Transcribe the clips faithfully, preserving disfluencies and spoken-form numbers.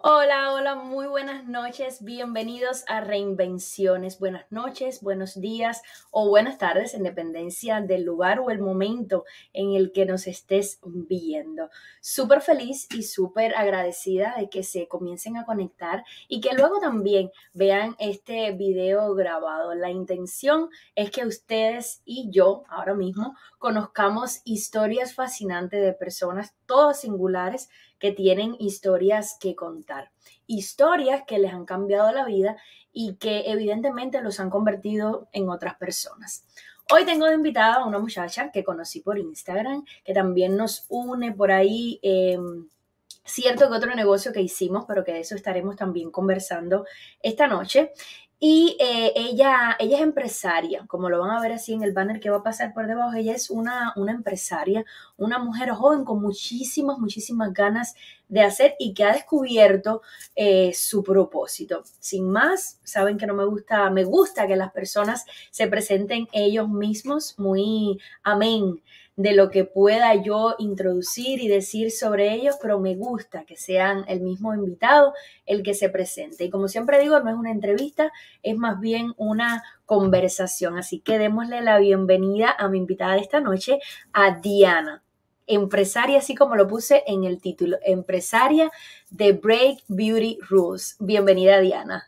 Hola, hola, muy buenas noches. Bienvenidos a Reinvenciones. Buenas noches, buenos días o buenas tardes, en dependencia del lugar o el momento en el que nos estés viendo. Súper feliz y súper agradecida de que se comiencen a conectar y que luego también vean este video grabado. La intención es que ustedes y yo ahora mismo conozcamos historias fascinantes de personas, todas singulares, que tienen historias que contar, historias que les han cambiado la vida y que evidentemente los han convertido en otras personas. Hoy tengo de invitada a una muchacha que conocí por Instagram, que también nos une por ahí. Eh, cierto que otro negocio que hicimos, pero que de eso estaremos también conversando esta noche. Y eh, ella, ella es empresaria, como lo van a ver así en el banner que va a pasar por debajo. Ella es una, una empresaria, una mujer joven con muchísimas, muchísimas ganas de hacer y que ha descubierto eh, su propósito. Sin más, saben que no me gusta, me gusta que las personas se presenten ellos mismos, muy amén de lo que pueda yo introducir y decir sobre ellos, pero me gusta que sean el mismo invitado el que se presente. Y como siempre digo, no es una entrevista, es más bien una conversación. Así que démosle la bienvenida a mi invitada de esta noche, a Diana, empresaria, así como lo puse en el título, empresaria de Break Beauty Rules. Bienvenida, Diana.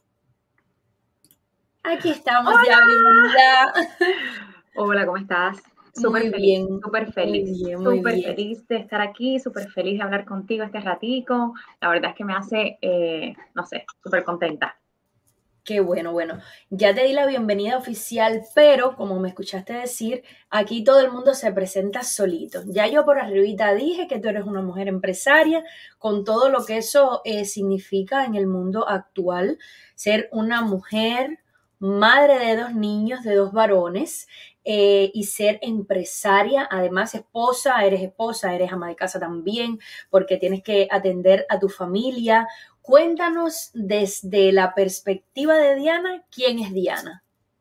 Aquí estamos ya, bienvenida. Hola, ¿cómo estás? Súper Muy feliz, bien, súper muy feliz, bien, muy súper bien. feliz de estar aquí, súper feliz de hablar contigo este ratico. La verdad es que me hace, eh, no sé, súper contenta. Qué bueno, bueno, ya te di la bienvenida oficial, pero como me escuchaste decir, aquí todo el mundo se presenta solito. Ya yo por arribita dije que tú eres una mujer empresaria, con todo lo que eso eh, significa en el mundo actual, ser una mujer, madre de dos niños, de dos varones, eh, y ser empresaria, además esposa, eres esposa, eres ama de casa también, porque tienes que atender a tu familia. Cuéntanos desde la perspectiva de Diana, ¿quién es Diana?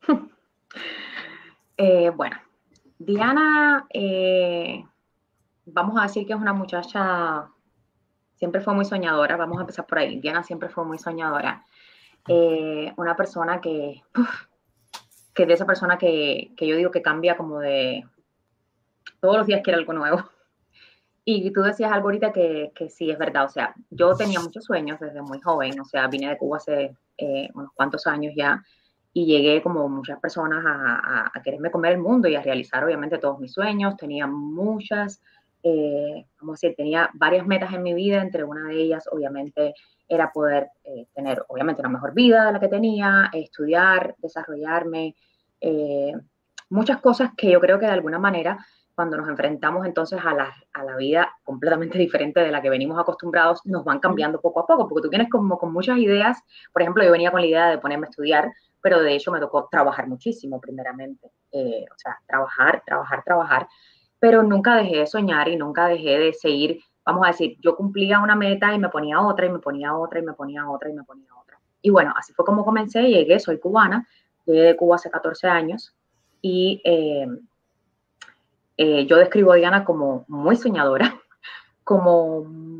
Eh, bueno, Diana, eh, vamos a decir que es una muchacha, siempre fue muy soñadora, vamos a empezar por ahí. Diana siempre fue muy soñadora. Eh, una persona que, que es de esa persona que, que yo digo que cambia como de todos los días quiere algo nuevo. Y tú decías algo ahorita que, que sí es verdad, o sea, yo tenía muchos sueños desde muy joven, o sea, vine de Cuba hace eh, unos cuantos años ya y llegué como muchas personas a, a, a, quererme comer el mundo y a realizar obviamente todos mis sueños, tenía muchas, eh, vamos a decir, tenía varias metas en mi vida, entre una de ellas obviamente era poder eh, tener obviamente una mejor vida de la que tenía, estudiar, desarrollarme, eh, muchas cosas que yo creo que de alguna manera cuando nos enfrentamos entonces a la, a la vida completamente diferente de la que venimos acostumbrados, nos van cambiando poco a poco, porque tú vienes como con muchas ideas. Por ejemplo, yo venía con la idea de ponerme a estudiar, pero de hecho me tocó trabajar muchísimo primeramente. Eh, o sea, trabajar, trabajar, trabajar, pero nunca dejé de soñar y nunca dejé de seguir, vamos a decir, yo cumplía una meta y me ponía otra y me ponía otra y me ponía otra y me ponía otra. Y bueno, así fue como comencé, llegué, soy cubana, llegué de Cuba hace catorce años y... Eh, eh, yo describo a Diana como muy soñadora, como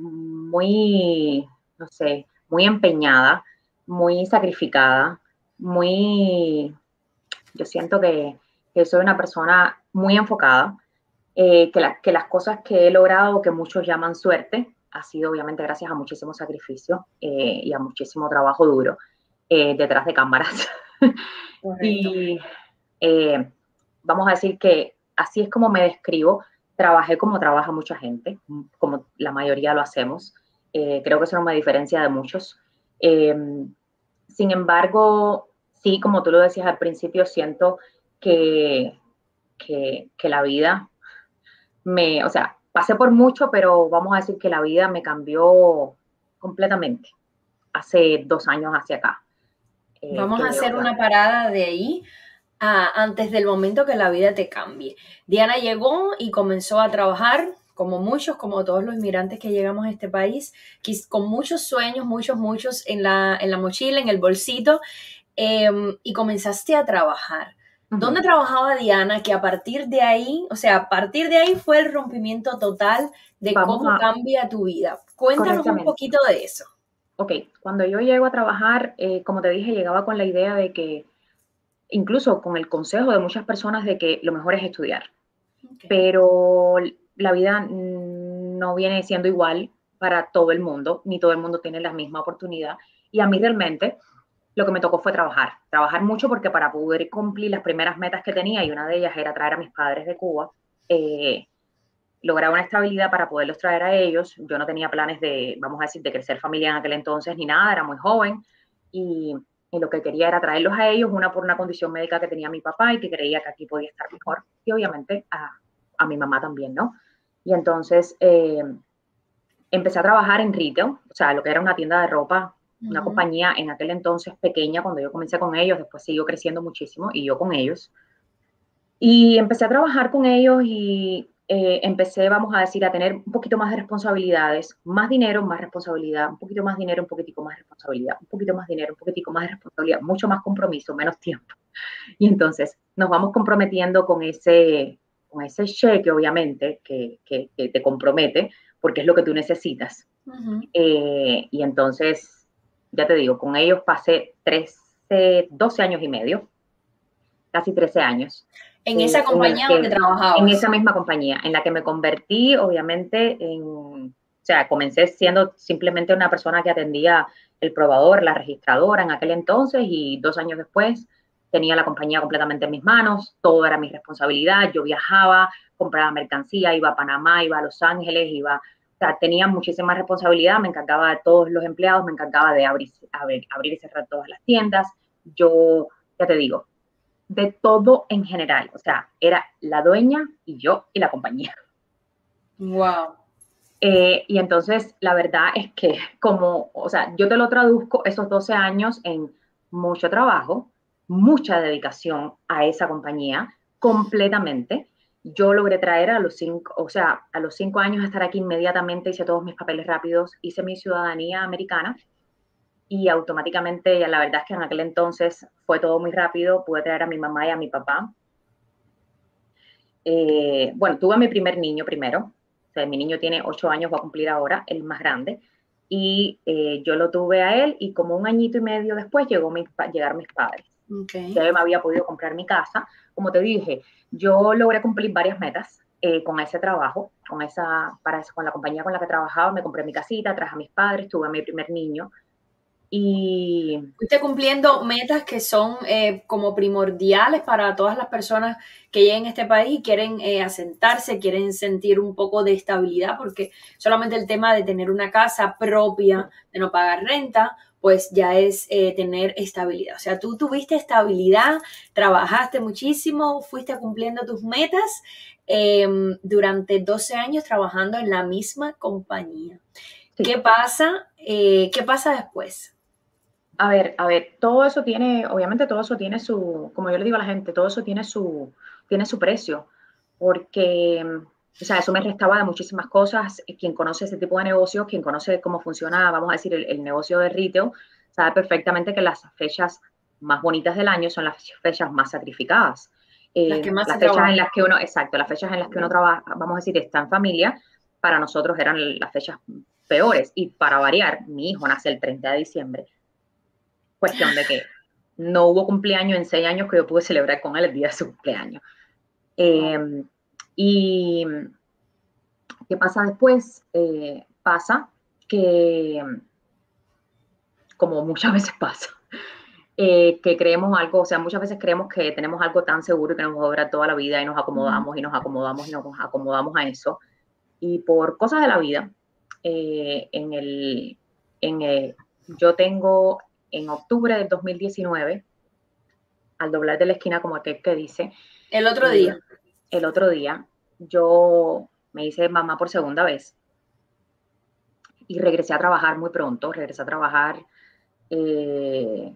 muy, no sé, muy empeñada, muy sacrificada, muy, yo siento que, que soy una persona muy enfocada, eh, que, la, que las cosas que he logrado, que muchos llaman suerte, ha sido obviamente gracias a muchísimo sacrificio eh, y a muchísimo trabajo duro eh, detrás de cámaras. Correcto. y eh, vamos a decir que así es como me describo. Trabajé como trabaja mucha gente, como la mayoría lo hacemos. Eh, creo que eso no me diferencia de muchos. Eh, Sin embargo, sí, como tú lo decías al principio, siento que, que, que la vida me, o sea, pasé por mucho, pero vamos a decir que la vida me cambió completamente hace dos años hacia acá, eh, Vamos que a llevo hacer ya. una parada de ahí a antes del momento que la vida te cambie. Diana llegó y comenzó a trabajar, como muchos, como todos los inmigrantes que llegamos a este país, con muchos sueños, muchos, muchos en la, en la mochila, en el bolsito, eh, y comenzaste a trabajar. Uh ¿Dónde -huh. trabajaba Diana? Que a partir de ahí, o sea, a partir de ahí fue el rompimiento total de Vamos cómo a, cambia tu vida. Cuéntanos un correctamente. poquito de eso. ok, cuando yo llego a trabajar, eh, como te dije, llegaba con la idea de que, incluso con el consejo de muchas personas de que lo mejor es estudiar, Okay. pero la vida no viene siendo igual para todo el mundo, ni todo el mundo tiene la misma oportunidad. Y a mí realmente lo que me tocó fue trabajar, trabajar mucho porque para poder cumplir las primeras metas que tenía, y una de ellas era traer a mis padres de Cuba, eh, lograr una estabilidad para poderlos traer a ellos. Yo no tenía planes de, vamos a decir, de crecer familia en aquel entonces ni nada, era muy joven y, y lo que quería era traerlos a ellos, una por una condición médica que tenía mi papá y que creía que aquí podía estar mejor, y obviamente a, a mi mamá también, ¿no? Y entonces eh, empecé a trabajar en retail, o sea, lo que era una tienda de ropa, una Ujú. compañía en aquel entonces pequeña cuando yo comencé con ellos, después siguió creciendo muchísimo y yo con ellos. Y empecé a trabajar con ellos y eh, empecé, vamos a decir, a tener un poquito más de responsabilidades, más dinero, más responsabilidad, un poquito más dinero, un poquitico más responsabilidad, un poquito más dinero, un poquitico más de responsabilidad, mucho más compromiso, menos tiempo. Y entonces nos vamos comprometiendo con ese, con ese cheque, obviamente, que, que, que te compromete, porque es lo que tú necesitas. Ujú. Eh, y entonces, ya te digo, con ellos pasé trece, doce años y medio, casi trece años, En esa eh, en el compañía donde que, en trabajabas. esa misma compañía, en la que me convertí, obviamente, en, o sea, comencé siendo simplemente una persona que atendía el probador, la registradora en aquel entonces, y dos años después tenía la compañía completamente en mis manos, todo era mi responsabilidad, yo viajaba, compraba mercancía, iba a Panamá, iba a Los Ángeles, iba, o sea, tenía muchísima responsabilidad, me encargaba de todos los empleados, me encargaba de abrir, abrir, abrir y cerrar todas las tiendas, yo, ya te digo, de todo en general. O sea, era la dueña y yo y la compañía. Wow. Eh, y entonces, la verdad es que como, o sea, yo te lo traduzco esos doce años en mucho trabajo, mucha dedicación a esa compañía, completamente. Yo logré traer a los cinco, o sea, a los cinco años estar aquí inmediatamente, hice todos mis papeles rápidos, hice mi ciudadanía americana y automáticamente, ya la verdad es que en aquel entonces fue todo muy rápido, pude traer a mi mamá y a mi papá. Eh, bueno, tuve a mi primer niño primero. O sea, mi niño tiene ocho años, va a cumplir ahora, el más grande. Y eh, yo lo tuve a él y como un añito y medio después llegó mi, llegaron mis padres. Ya Okay. yo me había podido comprar mi casa. Como te dije, yo logré cumplir varias metas eh, con ese trabajo, con, esa, para, con la compañía con la que trabajaba. Me compré mi casita, traje a mis padres, tuve a mi primer niño. Y Fuiste cumpliendo metas que son eh, como primordiales para todas las personas que lleguen a este país y quieren eh, asentarse, quieren sentir un poco de estabilidad, porque solamente el tema de tener una casa propia, de no pagar renta, pues ya es eh, tener estabilidad. O sea, tú tuviste estabilidad, trabajaste muchísimo, fuiste cumpliendo tus metas eh, durante doce años trabajando en la misma compañía. ¿Qué sí, pasa? Eh, ¿qué pasa después? a ver, a ver, todo eso tiene, obviamente todo eso tiene su, como yo le digo a la gente, todo eso tiene su, tiene su precio, porque, o sea, eso me restaba de muchísimas cosas. Quien conoce ese tipo de negocios, quien conoce cómo funciona, vamos a decir, el, el negocio de retail, sabe perfectamente que las fechas más bonitas del año son las fechas más sacrificadas. Las Eh, que más se las fechas en trabajan. las que uno, exacto, las fechas en las que uno trabaja, vamos a decir, está en familia, para nosotros eran las fechas peores. Y para variar, mi hijo nace el treinta de diciembre. Cuestión de que no hubo cumpleaños en seis años que yo pude celebrar con él el día de su cumpleaños. Wow. Eh, y qué pasa después? Eh, pasa que, como muchas veces pasa, eh, que creemos algo, o sea, muchas veces creemos que tenemos algo tan seguro y que nos va a durar toda la vida y nos Ujú. acomodamos y nos acomodamos y nos acomodamos a eso. Y por cosas de la vida, eh, en el, en el, yo tengo en octubre del dos mil diecinueve, al doblar de la esquina, como aquel que dice, El otro eh, día. el otro día, yo me hice mamá por segunda vez y regresé a trabajar muy pronto, regresé a trabajar eh,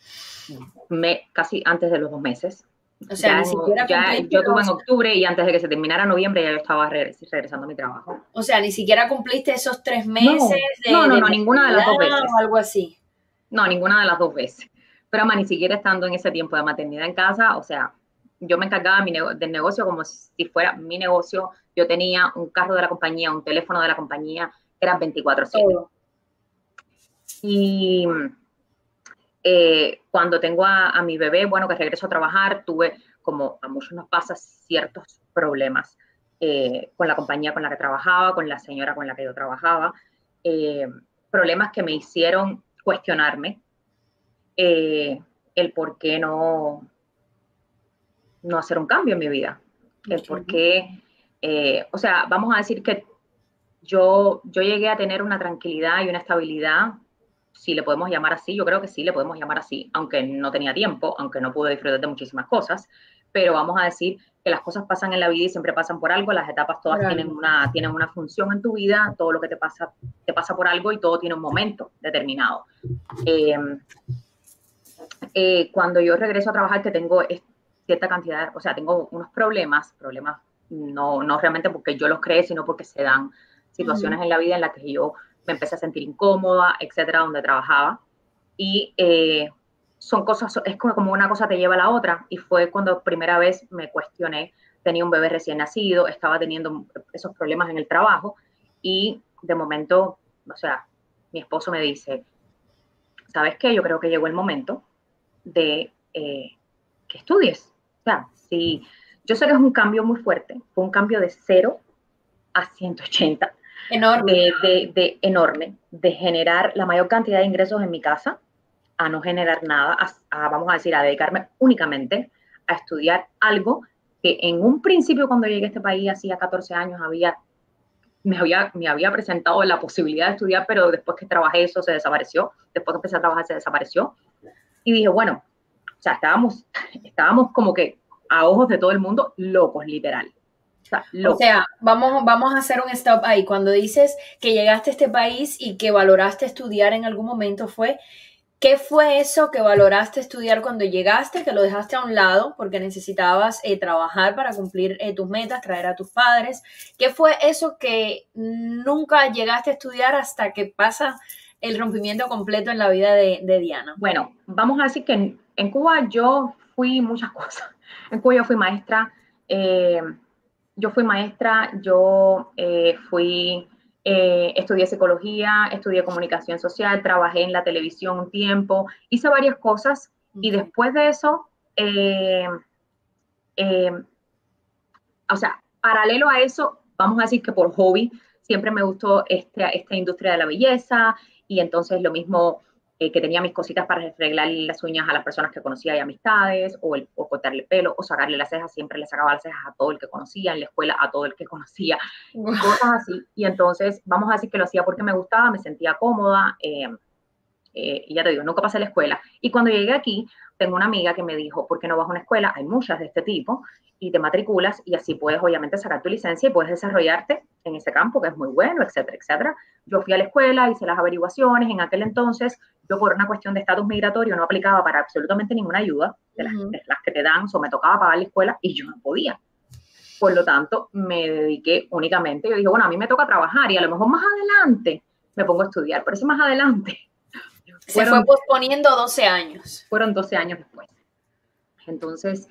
me, casi antes de los dos meses. O sea, Ya, ni en, siquiera ya cumpliste yo tuve en los, octubre y antes de que se terminara noviembre ya yo estaba regres, regresando a mi trabajo. o sea, ni siquiera cumpliste esos tres meses No, no, de, no, de no, ninguna de las maternidad dos o veces. algo así. No, ninguna de las dos veces. Pero más ni siquiera estando en ese tiempo de maternidad en casa, o sea, yo me encargaba mi nego del negocio como si fuera mi negocio. Yo tenía un carro de la compañía, un teléfono de la compañía, eran veinticuatro siete. Todo. Y eh, cuando tengo a, a mi bebé, bueno, que regreso a trabajar, tuve, como a muchos nos pasa, ciertos problemas eh, con la compañía con la que trabajaba, con la señora con la que yo trabajaba, eh, problemas que me hicieron cuestionarme eh, el por qué no, no hacer un cambio en mi vida, el por Okay. qué, eh, o sea, vamos a decir que yo, yo llegué a tener una tranquilidad y una estabilidad, si le podemos llamar así, yo creo que sí le podemos llamar así, aunque no tenía tiempo, aunque no pude disfrutar de muchísimas cosas, pero vamos a decir que las cosas pasan en la vida y siempre pasan por algo, las etapas todas Por tienen algo. una, tienen una función en tu vida, todo lo que te pasa, te pasa por algo y todo tiene un momento determinado. Eh, eh, cuando yo regreso a trabajar, que tengo cierta cantidad, o sea, tengo unos problemas, problemas no, no realmente porque yo los creé, sino porque se dan situaciones Ujú. en la vida en las que yo me empecé a sentir incómoda, etcétera, donde trabajaba. Y eh, son cosas, es como una cosa te lleva a la otra. Y fue cuando primera vez me cuestioné, tenía un bebé recién nacido, estaba teniendo esos problemas en el trabajo y de momento, o sea, mi esposo me dice, ¿sabes qué? Yo creo que llegó el momento de eh, que estudies. O sea, si yo sé que es un cambio muy fuerte, fue un cambio de cero a ciento ochenta, Enorme. de, de, de enorme, de generar la mayor cantidad de ingresos en mi casa, a no generar nada, a, a, vamos a decir, a dedicarme únicamente a estudiar algo que en un principio cuando llegué a este país, hacía catorce años, había, me, había, me había presentado la posibilidad de estudiar, pero después que trabajé eso se desapareció, después que empecé a trabajar se desapareció, y dije, bueno, o sea, estábamos, estábamos como que a ojos de todo el mundo locos, literal. O sea, O locos. sea, vamos, vamos a hacer un stop ahí. Cuando dices que llegaste a este país y que valoraste estudiar en algún momento, fue, ¿qué fue eso que valoraste estudiar cuando llegaste, que lo dejaste a un lado porque necesitabas eh, trabajar para cumplir eh, tus metas, traer a tus padres? ¿Qué fue eso que nunca llegaste a estudiar hasta que pasa el rompimiento completo en la vida de, de Diana? Bueno, vamos a decir que en, en Cuba yo fui muchas cosas. En Cuba yo fui maestra, eh, yo fui maestra, yo eh, fui, eh, estudié psicología, estudié comunicación social, trabajé en la televisión un tiempo, hice varias cosas y Okay. después de eso, eh, eh, o sea, paralelo a eso, vamos a decir que por hobby, siempre me gustó este, esta industria de la belleza y entonces lo mismo eh, que tenía mis cositas para arreglar las uñas a las personas que conocía y amistades, o, el, o cortarle el pelo, o sacarle las cejas, siempre le sacaba las cejas a todo el que conocía, en la escuela a todo el que conocía, y cosas así. Y entonces, vamos a decir que lo hacía porque me gustaba, me sentía cómoda, eh, eh, y ya te digo, nunca pasé la escuela. Y cuando llegué aquí, tengo una amiga que me dijo, ¿por qué no vas a una escuela? Hay muchas de este tipo, y te matriculas y así puedes obviamente sacar tu licencia y puedes desarrollarte en ese campo que es muy bueno, etcétera, etcétera. Yo fui a la escuela, hice las averiguaciones, en aquel entonces yo por una cuestión de estatus migratorio no aplicaba para absolutamente ninguna ayuda de las, Uh-huh. de las que te dan, o me tocaba pagar la escuela y yo no podía. Por lo tanto, me dediqué únicamente, yo dije, bueno, a mí me toca trabajar y a lo mejor más adelante me pongo a estudiar, pero eso más adelante Se fue fueron, posponiendo doce años. fueron doce años después. Entonces,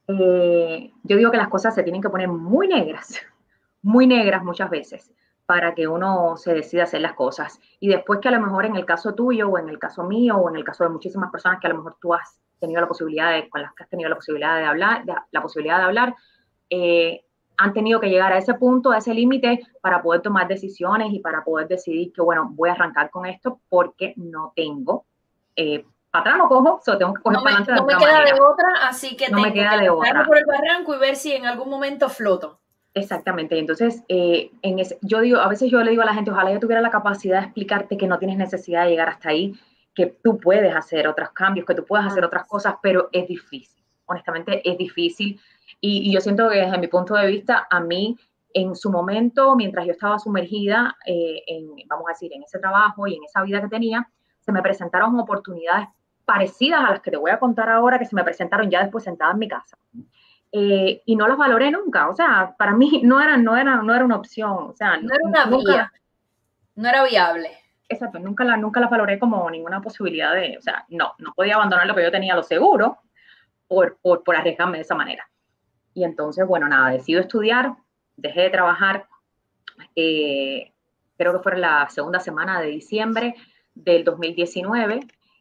eh, yo digo que las cosas se tienen que poner muy negras, muy negras muchas veces, para que uno se decida hacer las cosas. Y después que a lo mejor en el caso tuyo, o en el caso mío, o en el caso de muchísimas personas que a lo mejor tú has tenido la posibilidad de, con las que has tenido la posibilidad de hablar, de, la posibilidad de hablar, eh, han tenido que llegar a ese punto, a ese límite, para poder tomar decisiones y para poder decidir que, bueno, voy a arrancar con esto porque no tengo, eh, para atrás no cojo, so tengo que coger No me, para adelante de no me alguna queda de manera. otra, así que No me tengo que queda de lanzarme otra. por el barranco y ver si en algún momento floto. Exactamente. Entonces, eh, en ese, yo digo, a veces yo le digo a la gente, ojalá yo tuviera la capacidad de explicarte que no tienes necesidad de llegar hasta ahí, que tú puedes hacer otros cambios, que tú puedes hacer otras cosas, pero es difícil. Honestamente, es difícil. Y, y yo siento que desde mi punto de vista, a mí, en su momento, mientras yo estaba sumergida, eh, en, vamos a decir, en ese trabajo y en esa vida que tenía, se me presentaron oportunidades parecidas a las que te voy a contar ahora, que se me presentaron ya después sentada en mi casa. Eh, y no las valoré nunca, o sea, para mí no era, no era, no era una opción, o sea, No era una vía, nunca, no era viable. exacto, nunca la, nunca la valoré como ninguna posibilidad de, o sea, no, no podía abandonar lo que yo tenía, lo seguro, por, por, por arriesgarme de esa manera. Y entonces, bueno, nada, decido estudiar, dejé de trabajar, eh, creo que fue la segunda semana de diciembre, del dos mil diecinueve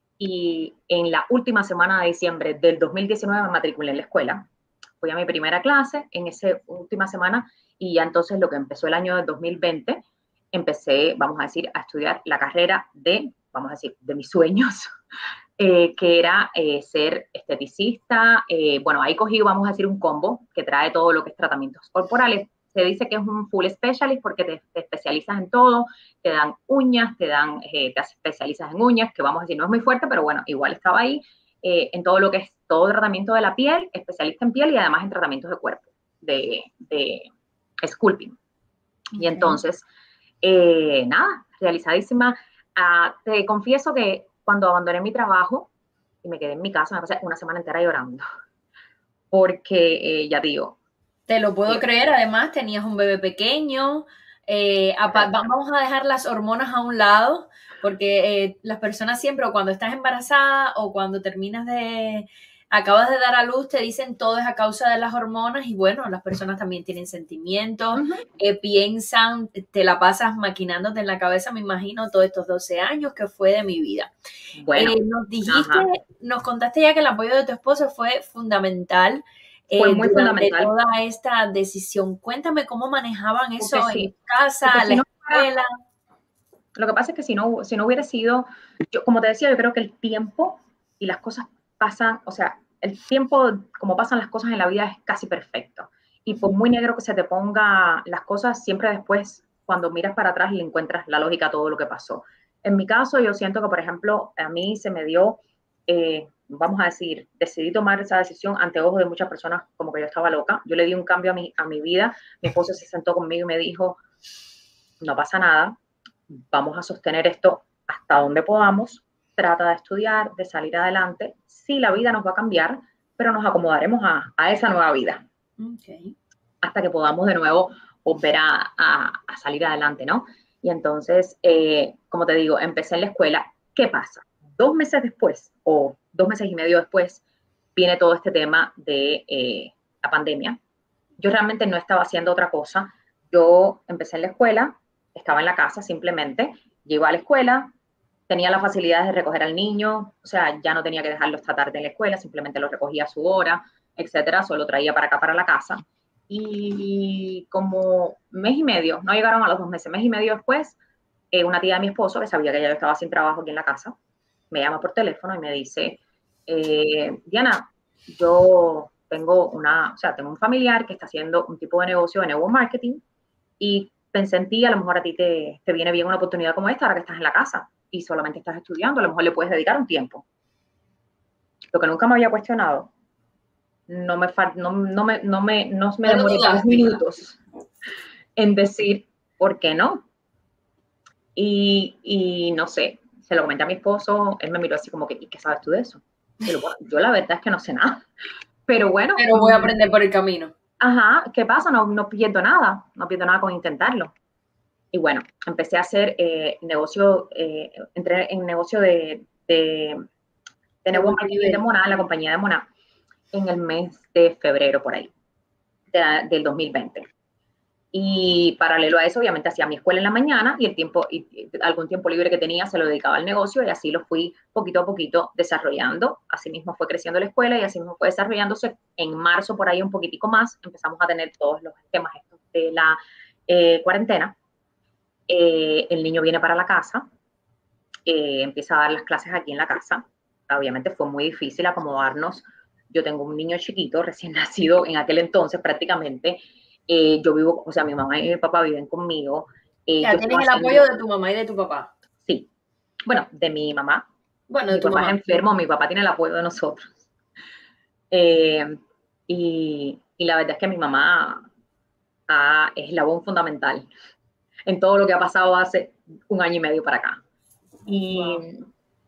y en la última semana de diciembre del dos mil diecinueve me matriculé en la escuela. Fui a mi primera clase en esa última semana y ya entonces lo que empezó el año del dos mil veinte, empecé, vamos a decir, a estudiar la carrera de, vamos a decir, de mis sueños, eh, que era eh, ser esteticista. Eh, bueno, ahí cogí, vamos a decir, un combo que trae todo lo que es tratamientos corporales. Se dice que es un full specialist porque te, te especializas en todo, te dan uñas, te dan, eh, te especializas en uñas, que vamos a decir, no es muy fuerte, pero bueno, igual estaba ahí, eh, en todo lo que es todo tratamiento de la piel, especialista en piel y además en tratamientos de cuerpo, de, de sculpting. Okay. Y entonces, eh, nada, realizadísima. Uh, te confieso que cuando abandoné mi trabajo y me quedé en mi casa, me pasé una semana entera llorando, porque eh, ya digo, te lo puedo eh, creer. Además tenías un bebé pequeño, eh, vamos a dejar las hormonas a un lado, porque eh, las personas siempre, o cuando estás embarazada o cuando terminas de, acabas de dar a luz, te dicen todo es a causa de las hormonas, y bueno, las personas también tienen sentimientos, uh-huh. eh, piensan, te la pasas maquinándote en la cabeza, me imagino, todos estos doce años que fue de mi vida. Bueno, eh, nos dijiste, ajá. nos contaste ya que el apoyo de tu esposo fue fundamental. Fue muy eh, durante fundamental. toda esta decisión. Cuéntame cómo manejaban eso sí, en casa, si la no escuela. Lo que pasa es que si no, si no hubiera sido, yo, como te decía, yo creo que el tiempo y las cosas pasan, o sea, el tiempo, como pasan las cosas en la vida, es casi perfecto. Y por muy negro que se te ponga las cosas, siempre después, cuando miras para atrás, le encuentras la lógica a todo lo que pasó. En mi caso, yo siento que, por ejemplo, a mí se me dio, eh, vamos a decir, decidí tomar esa decisión ante ojos de muchas personas como que yo estaba loca. Yo le di un cambio a mi, a mi vida. Mi esposo se sentó conmigo y me dijo, no pasa nada, vamos a sostener esto hasta donde podamos, trata de estudiar, de salir adelante. Sí, la vida nos va a cambiar, pero nos acomodaremos a, a esa nueva vida. Okay. Hasta que podamos de nuevo volver a, a, a salir adelante, ¿no? Y entonces, eh, como te digo, empecé en la escuela. ¿Qué pasa? Dos meses después, o dos meses y medio después, viene todo este tema de eh, la pandemia. Yo realmente no estaba haciendo otra cosa. Yo empecé en la escuela, estaba en la casa simplemente, llego a la escuela, tenía la facilidad de recoger al niño, o sea, ya no tenía que dejarlo esta tarde en la escuela, simplemente lo recogía a su hora, etcétera, solo traía para acá, para la casa. Y como mes y medio, no llegaron a los dos meses, mes y medio después, eh, una tía de mi esposo, que sabía que ya yo estaba sin trabajo aquí en la casa, me llama por teléfono y me dice, eh, Diana, yo tengo una, o sea, tengo un familiar que está haciendo un tipo de negocio de network marketing y pensé en ti, a lo mejor a ti te, te viene bien una oportunidad como esta ahora que estás en la casa y solamente estás estudiando, a lo mejor le puedes dedicar un tiempo. Lo que nunca me había cuestionado, no me, no, no me, no me, no me demoré dos minutos en decir, ¿por qué no? Y, y no sé, se lo comenté a mi esposo, él me miró así como que, ¿y qué sabes tú de eso? Y yo, bueno, yo la verdad es que no sé nada, pero bueno. Pero voy a aprender por el camino. Ajá, ¿qué pasa? No, no pierdo nada, no pierdo nada con intentarlo. Y bueno, empecé a hacer eh, negocio, eh, entré en negocio de, de, de network marketing de Mona, la compañía de Mona, en el mes de febrero por ahí, de, del dos mil veinte. Y paralelo a eso, obviamente, hacía mi escuela en la mañana y el tiempo, y, y algún tiempo libre que tenía se lo dedicaba al negocio y así lo fui poquito a poquito desarrollando. Así mismo fue creciendo la escuela y así mismo fue desarrollándose. En marzo, por ahí un poquitico más, empezamos a tener todos los temas estos de la eh, cuarentena. Eh, el niño viene para la casa, eh, empieza a dar las clases aquí en la casa. Obviamente fue muy difícil acomodarnos. Yo tengo un niño chiquito, recién nacido en aquel entonces prácticamente. Eh, yo vivo, o sea, mi mamá y mi papá viven conmigo. Eh, ya tienes el haciendo... apoyo de tu mamá y de tu papá. Sí. Bueno, de mi mamá. Bueno, mi de tu papá mamá. es enfermo, mi papá tiene el apoyo de nosotros. Eh, y, y la verdad es que mi mamá ah, es eslabón fundamental en todo lo que ha pasado hace un año y medio para acá. Y wow.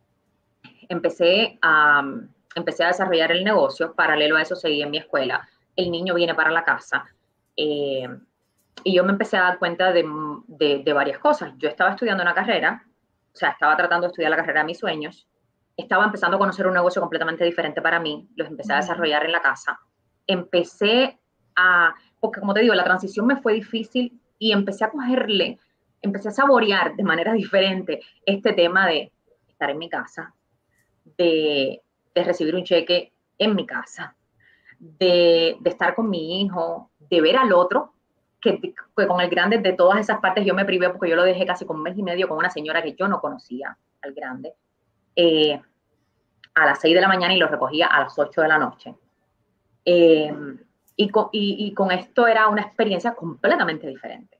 empecé, a, empecé a desarrollar el negocio. Paralelo a eso seguí en mi escuela. El niño viene para la casa. Eh, y yo me empecé a dar cuenta de, de, de varias cosas. Yo estaba estudiando una carrera, o sea, estaba tratando de estudiar la carrera de mis sueños, estaba empezando a conocer un negocio completamente diferente para mí, los empecé a desarrollar en la casa, empecé a, porque como te digo, la transición me fue difícil y empecé a cogerle, empecé a saborear de manera diferente este tema de estar en mi casa, de, de recibir un cheque en mi casa, de, de estar con mi hijo, de ver al otro, que, que con el grande de todas esas partes yo me privé porque yo lo dejé casi con un mes y medio con una señora que yo no conocía, al grande, eh, a las seis de la mañana y lo recogía a las ocho de la noche. Eh, y, con, y, y con esto era una experiencia completamente diferente.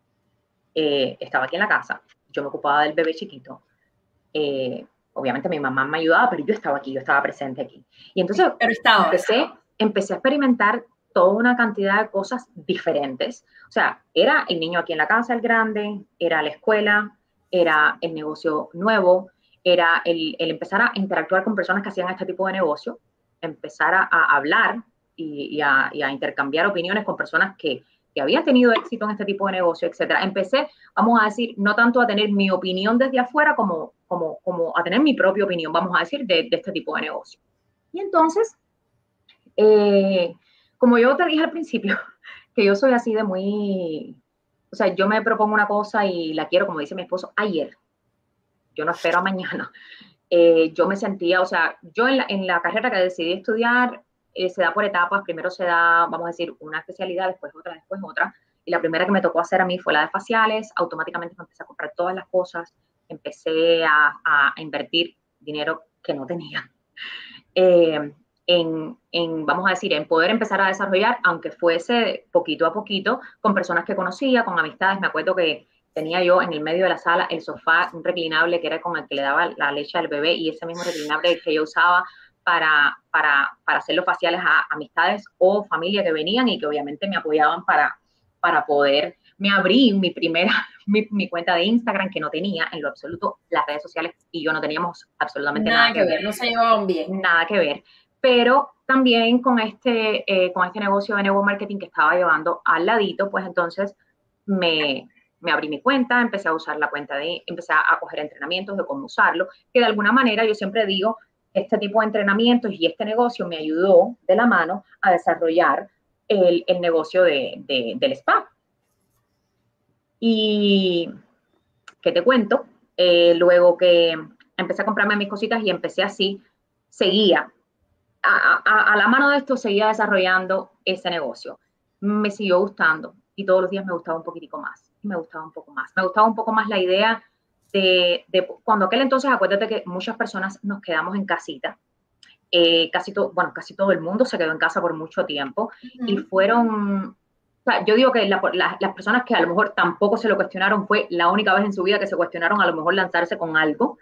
Eh, estaba aquí en la casa, yo me ocupaba del bebé chiquito, eh, obviamente mi mamá me ayudaba, pero yo estaba aquí, yo estaba presente aquí. Y entonces Pero estabas. empecé, empecé a experimentar toda una cantidad de cosas diferentes. O sea, era el niño aquí en la casa, el grande, era la escuela, era el negocio nuevo, era el, el empezar a interactuar con personas que hacían este tipo de negocio, empezar a, a hablar y, y, a, y a intercambiar opiniones con personas que que había tenido éxito en este tipo de negocio, etcétera. Empecé, vamos a decir, no tanto a tener mi opinión desde afuera como, como, como a tener mi propia opinión, vamos a decir, de, de este tipo de negocio. Y entonces, eh, como yo te dije al principio, que yo soy así de muy, o sea, yo me propongo una cosa y la quiero, como dice mi esposo, ayer. Yo no espero a mañana. Eh, yo me sentía, o sea, yo en la, en la carrera que decidí estudiar, eh, se da por etapas, primero se da, vamos a decir, una especialidad, después otra, después otra, y la primera que me tocó hacer a mí fue la de faciales, automáticamente me empecé a comprar todas las cosas, empecé a, a, a invertir dinero que no tenía, eh, en, en, vamos a decir, en poder empezar a desarrollar, aunque fuese poquito a poquito, con personas que conocía, con amistades. Me acuerdo que tenía yo en el medio de la sala el sofá, un reclinable que era con el que le daba la leche al bebé, y ese mismo reclinable que yo usaba para, para, para hacer los faciales a amistades o familia que venían y que obviamente me apoyaban para, para poder, me abrí mi primera, mi, mi cuenta de Instagram, que no tenía en lo absoluto las redes sociales y yo no teníamos absolutamente nada, Nada que ver, no se llevaban bien. nada que ver, pero también con este, eh, con este negocio de network marketing que estaba llevando al ladito, pues entonces me, me abrí mi cuenta, empecé a usar la cuenta de, empecé a coger entrenamientos de cómo usarlo, que de alguna manera yo siempre digo, este tipo de entrenamientos y este negocio me ayudó de la mano a desarrollar el, el negocio de, de, del spa. Y, ¿qué te cuento? Eh, luego que empecé a comprarme mis cositas y empecé así, seguía, a, a, a la mano de esto seguía desarrollando ese negocio. Me siguió gustando y todos los días me gustaba un poquitico más, y me gustaba un poco más. Me gustaba un poco más la idea de, de cuando aquel entonces, acuérdate que muchas personas nos quedamos en casita, eh, casi todo, bueno, casi todo el mundo se quedó en casa por mucho tiempo, uh-huh. Y fueron, o sea, yo digo que la, la, las personas que a lo mejor tampoco se lo cuestionaron, fue la única vez en su vida que se cuestionaron a lo mejor lanzarse con algo,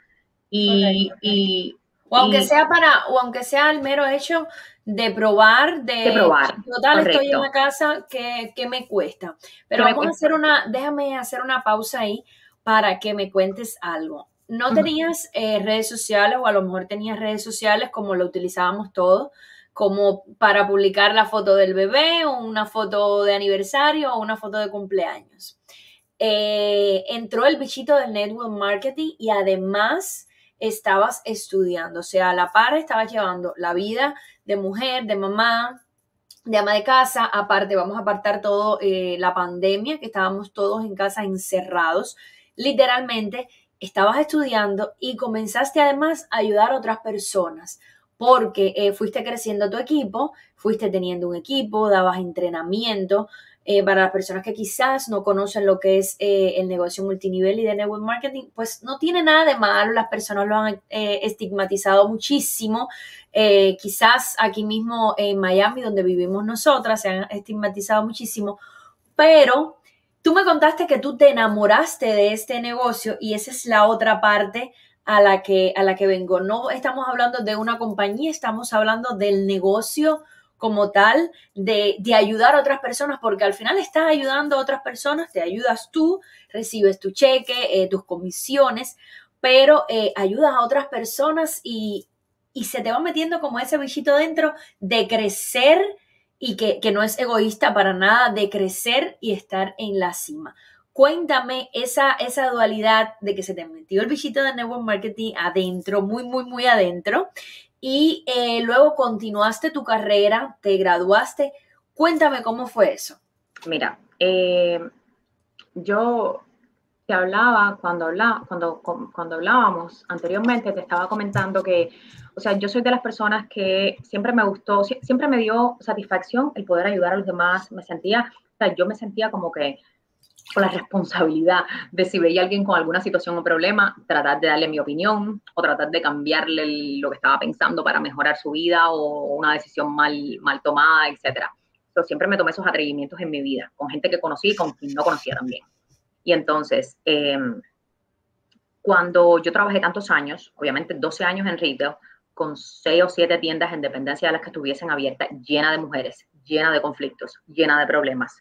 y, okay, y o aunque y, sea para, o aunque sea el mero hecho de probar, de, de probar, total, correcto. Estoy en la casa, ¿qué, qué me cuesta? Pero vamos a hacer una, déjame hacer una pausa ahí para que me cuentes algo. ¿No tenías eh, redes sociales o a lo mejor tenías redes sociales como lo utilizábamos todos, como para publicar la foto del bebé o una foto de aniversario o una foto de cumpleaños? Eh, entró el bichito del network marketing y además estabas estudiando, o sea, a la par estabas llevando la vida de mujer, de mamá, de ama de casa, aparte vamos a apartar todo eh, la pandemia, que estábamos todos en casa encerrados, literalmente estabas estudiando y comenzaste además a ayudar a otras personas, porque eh, fuiste creciendo tu equipo, fuiste teniendo un equipo, dabas entrenamiento, Eh, para las personas que quizás no conocen lo que es eh, el negocio multinivel y de network marketing, pues no tiene nada de malo, las personas lo han eh, estigmatizado muchísimo, eh, quizás aquí mismo en Miami, donde vivimos nosotras, se han estigmatizado muchísimo, pero tú me contaste que tú te enamoraste de este negocio y esa es la otra parte a la que, a la que vengo. No estamos hablando de una compañía, estamos hablando del negocio como tal, de, de ayudar a otras personas, porque al final estás ayudando a otras personas, te ayudas tú, recibes tu cheque, eh, tus comisiones, pero eh, ayudas a otras personas y, y se te va metiendo como ese bichito dentro de crecer y que, que no es egoísta para nada, de crecer y estar en la cima. Cuéntame esa, esa dualidad de que se te metió el bichito de network marketing adentro, muy, muy, muy adentro, y eh, luego continuaste tu carrera, te graduaste. Cuéntame cómo fue eso. Mira, eh, yo te hablaba, cuando, habla, cuando, cuando hablábamos anteriormente, te estaba comentando que, o sea, yo soy de las personas que siempre me gustó, siempre me dio satisfacción el poder ayudar a los demás. Me sentía, o sea, yo me sentía como que con la responsabilidad de si veía a alguien con alguna situación o problema, tratar de darle mi opinión o tratar de cambiarle lo que estaba pensando para mejorar su vida o una decisión mal, mal tomada, etcétera. Yo siempre me tomé esos atrevimientos en mi vida, con gente que conocí y con quien no conocía también. Y entonces, eh, cuando yo trabajé tantos años, obviamente doce años en retail, con seis o siete tiendas en dependencia de las que estuviesen abiertas, llena de mujeres, llena de conflictos, llena de problemas.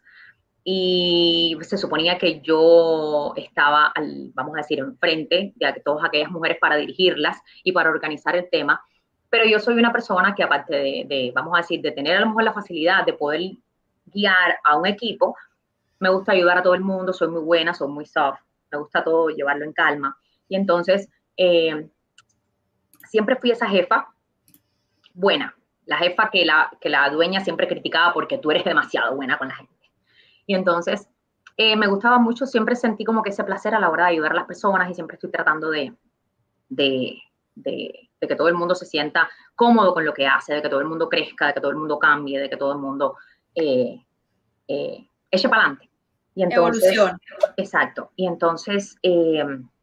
Y se suponía que yo estaba, al, vamos a decir, enfrente de todas aquellas mujeres para dirigirlas y para organizar el tema. Pero yo soy una persona que aparte de, de, vamos a decir, de tener a lo mejor la facilidad de poder guiar a un equipo, me gusta ayudar a todo el mundo, soy muy buena, soy muy soft, me gusta todo llevarlo en calma. Y entonces, eh, siempre fui esa jefa buena, la jefa que la, que la dueña siempre criticaba porque tú eres demasiado buena con la gente. Y entonces, eh, me gustaba mucho, siempre sentí como que ese placer a la hora de ayudar a las personas y siempre estoy tratando de, de, de, de que todo el mundo se sienta cómodo con lo que hace, de que todo el mundo crezca, de que todo el mundo cambie, de que todo el mundo eh, eh, eche para adelante. Y entonces, evolución. Exacto. Y entonces, eh,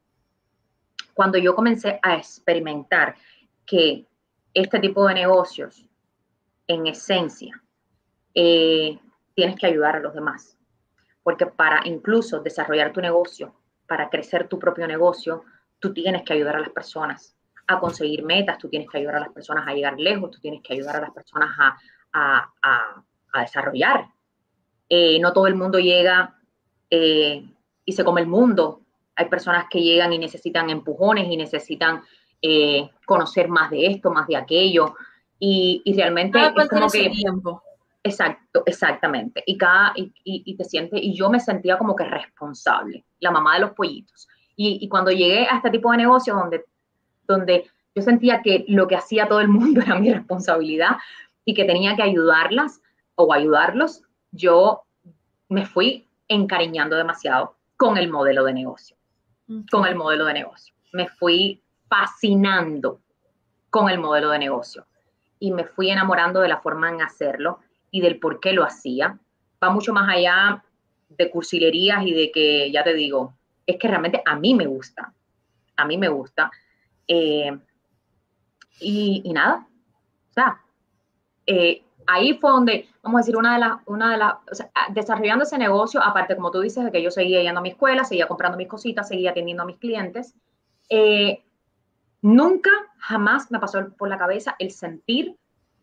cuando yo comencé a experimentar que este tipo de negocios, en esencia, eh, tienes que ayudar a los demás. Porque para incluso desarrollar tu negocio, para crecer tu propio negocio, tú tienes que ayudar a las personas a conseguir metas, tú tienes que ayudar a las personas a llegar lejos, tú tienes que ayudar a las personas a, a, a, a desarrollar. Eh, no todo el mundo llega eh, y se come el mundo. Hay personas que llegan y necesitan empujones y necesitan eh, conocer más de esto, más de aquello. Y, y realmente Cada cual es como tiene que... su tiempo. Exacto, exactamente. Y, cada, y, y, y te sientes, y yo me sentía como que responsable, la mamá de los pollitos. Y, y cuando llegué a este tipo de negocio donde, donde yo sentía que lo que hacía todo el mundo era mi responsabilidad y que tenía que ayudarlas o ayudarlos, yo me fui encariñando demasiado con el modelo de negocio, okay. con el modelo de negocio. Me fui fascinando con el modelo de negocio y me fui enamorando de la forma en hacerlo y del por qué lo hacía. Va mucho más allá de cursilerías y de que, ya te digo, es que realmente a mí me gusta, a mí me gusta. Eh, y, y nada, o sea, eh, ahí fue donde, vamos a decir, una de las, una de las, o sea, desarrollando ese negocio, aparte, como tú dices, de que yo seguía yendo a mi escuela, seguía comprando mis cositas, seguía atendiendo a mis clientes, eh, nunca, jamás me pasó por la cabeza el sentir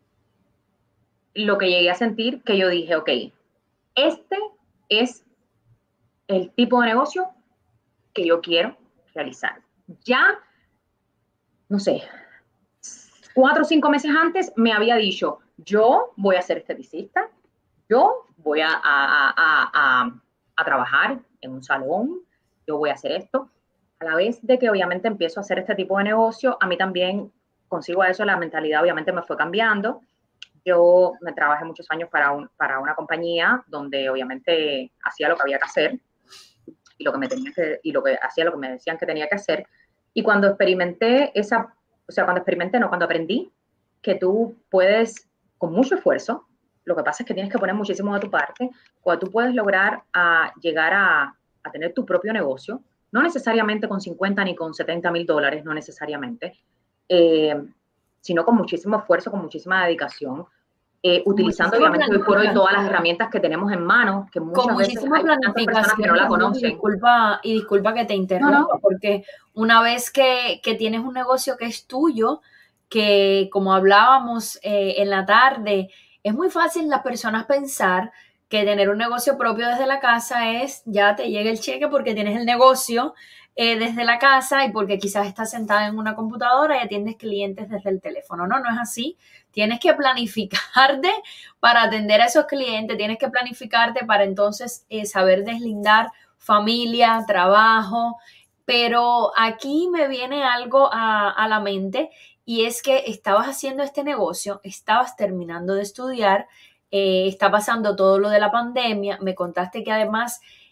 lo que llegué a sentir, que yo dije, ok, este es el tipo de negocio que yo quiero realizar. Ya, no sé, cuatro o cinco meses antes me había dicho, yo voy a ser esteticista, yo voy a, a, a, a, a trabajar en un salón, yo voy a hacer esto. A la vez de que obviamente empiezo a hacer este tipo de negocio, a mí también consigo a eso, la mentalidad obviamente me fue cambiando. Yo me trabajé muchos años para, un, para una compañía donde obviamente hacía lo que había que hacer y lo que me tenía que, y lo que hacía lo que me decían que tenía que hacer. Y cuando experimenté esa, o sea, cuando experimenté, no, cuando aprendí que tú puedes, con mucho esfuerzo, lo que pasa es que tienes que poner muchísimo de tu parte, cuando tú puedes lograr a llegar a, a tener tu propio negocio, no necesariamente con cincuenta ni con setenta mil dólares, no necesariamente, eh, sino con muchísimo esfuerzo, con muchísima dedicación, eh, utilizando obviamente hoy por hoy todas las herramientas que tenemos en mano, que muchas con veces muchísima hay tantas personas que no la conocen. Y disculpa, y disculpa que te interrumpa, no, no. porque una vez que, que tienes un negocio que es tuyo, que como hablábamos eh, en la tarde, es muy fácil las personas pensar que tener un negocio propio desde la casa es ya te llega el cheque porque tienes el negocio eh, desde la casa y porque quizás estás sentada en una computadora y atiendes clientes desde el teléfono. No, no es así. Tienes que planificarte para atender a esos clientes, tienes que planificarte para entonces eh, saber deslindar familia, trabajo, pero aquí me viene algo a, a la mente y es que estabas haciendo este negocio, estabas terminando de estudiar, eh, está pasando todo lo de la pandemia, me contaste que además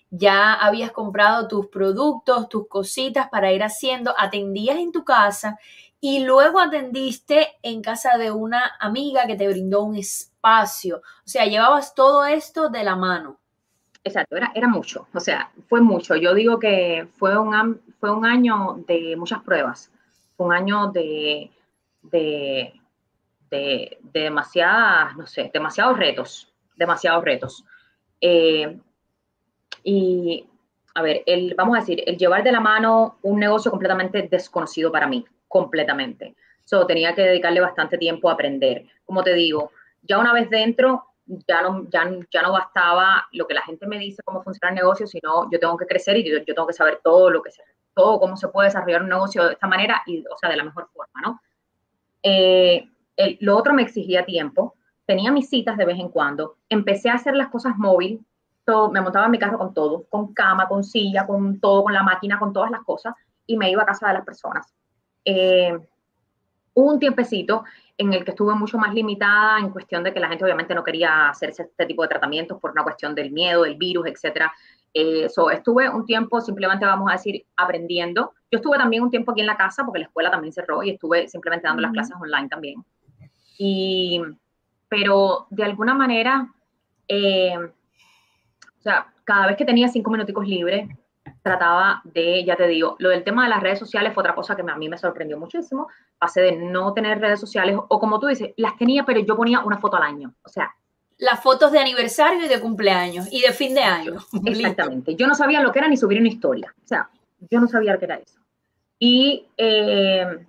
ya habías comprado tus productos, tus cositas para ir haciendo, atendías en tu casa y luego atendiste en casa de una amiga que te brindó un espacio. O sea, llevabas todo esto de la mano. Exacto, era, era mucho, o sea, fue mucho. Yo digo que fue un, fue un año de muchas pruebas, fue un año de, de, de, de demasiadas, no sé, demasiados retos, demasiados retos. Eh, y, a ver, el, vamos a decir, el llevar de la mano un negocio completamente desconocido para mí, completamente. So, tenía que dedicarle bastante tiempo a aprender. Como te digo, ya una vez dentro, ya no, ya, ya no bastaba lo que la gente me dice cómo funciona el negocio, sino yo tengo que crecer y yo, yo tengo que saber todo lo que se, todo cómo se puede desarrollar un negocio de esta manera y, o sea, de la mejor forma, ¿no? Eh, el, lo otro me exigía tiempo, tenía mis citas de vez en cuando, empecé a hacer las cosas móvil, todo, me montaba en mi carro con todo, con cama, con silla, con todo, con la máquina, con todas las cosas, y me iba a casa de las personas. Eh, hubo un tiempecito en el que estuve mucho más limitada en cuestión de que la gente obviamente no quería hacerse este tipo de tratamientos por una cuestión del miedo, del virus, etcétera. Eh, so, estuve un tiempo simplemente, vamos a decir, aprendiendo. Yo estuve también un tiempo aquí en la casa porque la escuela también cerró y estuve simplemente dando uh-huh. las clases online también. Y, pero de alguna manera, eh, o sea, cada vez que tenía cinco minuticos libres, trataba de, ya te digo, lo del tema de las redes sociales fue otra cosa que a mí me sorprendió muchísimo. Pasé de no tener redes sociales, o como tú dices, las tenía, pero yo ponía una foto al año. O sea, las fotos de aniversario y de cumpleaños y de fin de año. Exactamente. Yo no sabía lo que era ni subir una historia. O sea, yo no sabía lo que era eso. Y eh,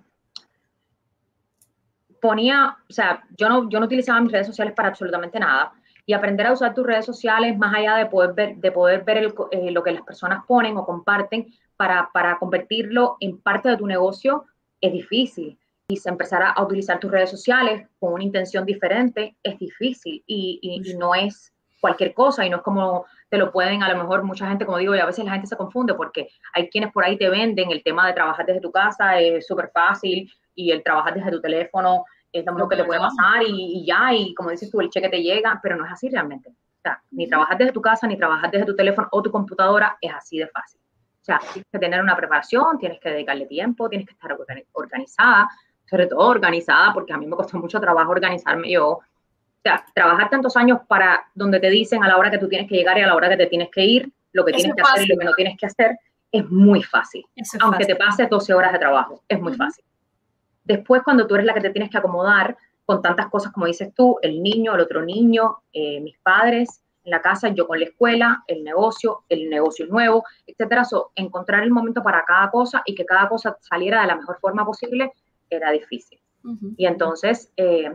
ponía, o sea, yo no, yo no utilizaba mis redes sociales para absolutamente nada. Y aprender a usar tus redes sociales más allá de poder ver, de poder ver el, eh, lo que las personas ponen o comparten para, para convertirlo en parte de tu negocio es difícil. Y si empezar a utilizar tus redes sociales con una intención diferente es difícil y, y, y no es cualquier cosa y no es como te lo pueden, a lo mejor mucha gente, como digo, y a veces la gente se confunde porque hay quienes por ahí te venden el tema de trabajar desde tu casa, es súper fácil y el trabajar desde tu teléfono es lo mejor que te puede pasar y, y ya, y como dices tú, el cheque te llega, pero no es así realmente. O sea, ni trabajar desde tu casa, ni trabajar desde tu teléfono o tu computadora es así de fácil. O sea, tienes que tener una preparación, tienes que dedicarle tiempo, tienes que estar organizada, sobre todo organizada, porque a mí me costó mucho trabajo organizarme yo. O sea, trabajar tantos años para donde te dicen a la hora que tú tienes que llegar y a la hora que te tienes que ir, lo que Eso tienes que fácil. hacer y lo que no tienes que hacer, es muy fácil. Eso es aunque fácil. te pases doce horas de trabajo, es muy uh-huh. fácil. Después, cuando tú eres la que te tienes que acomodar con tantas cosas como dices tú, el niño, el otro niño, eh, mis padres en la casa, yo con la escuela, el negocio, el negocio nuevo, etcétera. So, encontrar el momento para cada cosa y que cada cosa saliera de la mejor forma posible era difícil. Uh-huh. Y entonces, eh,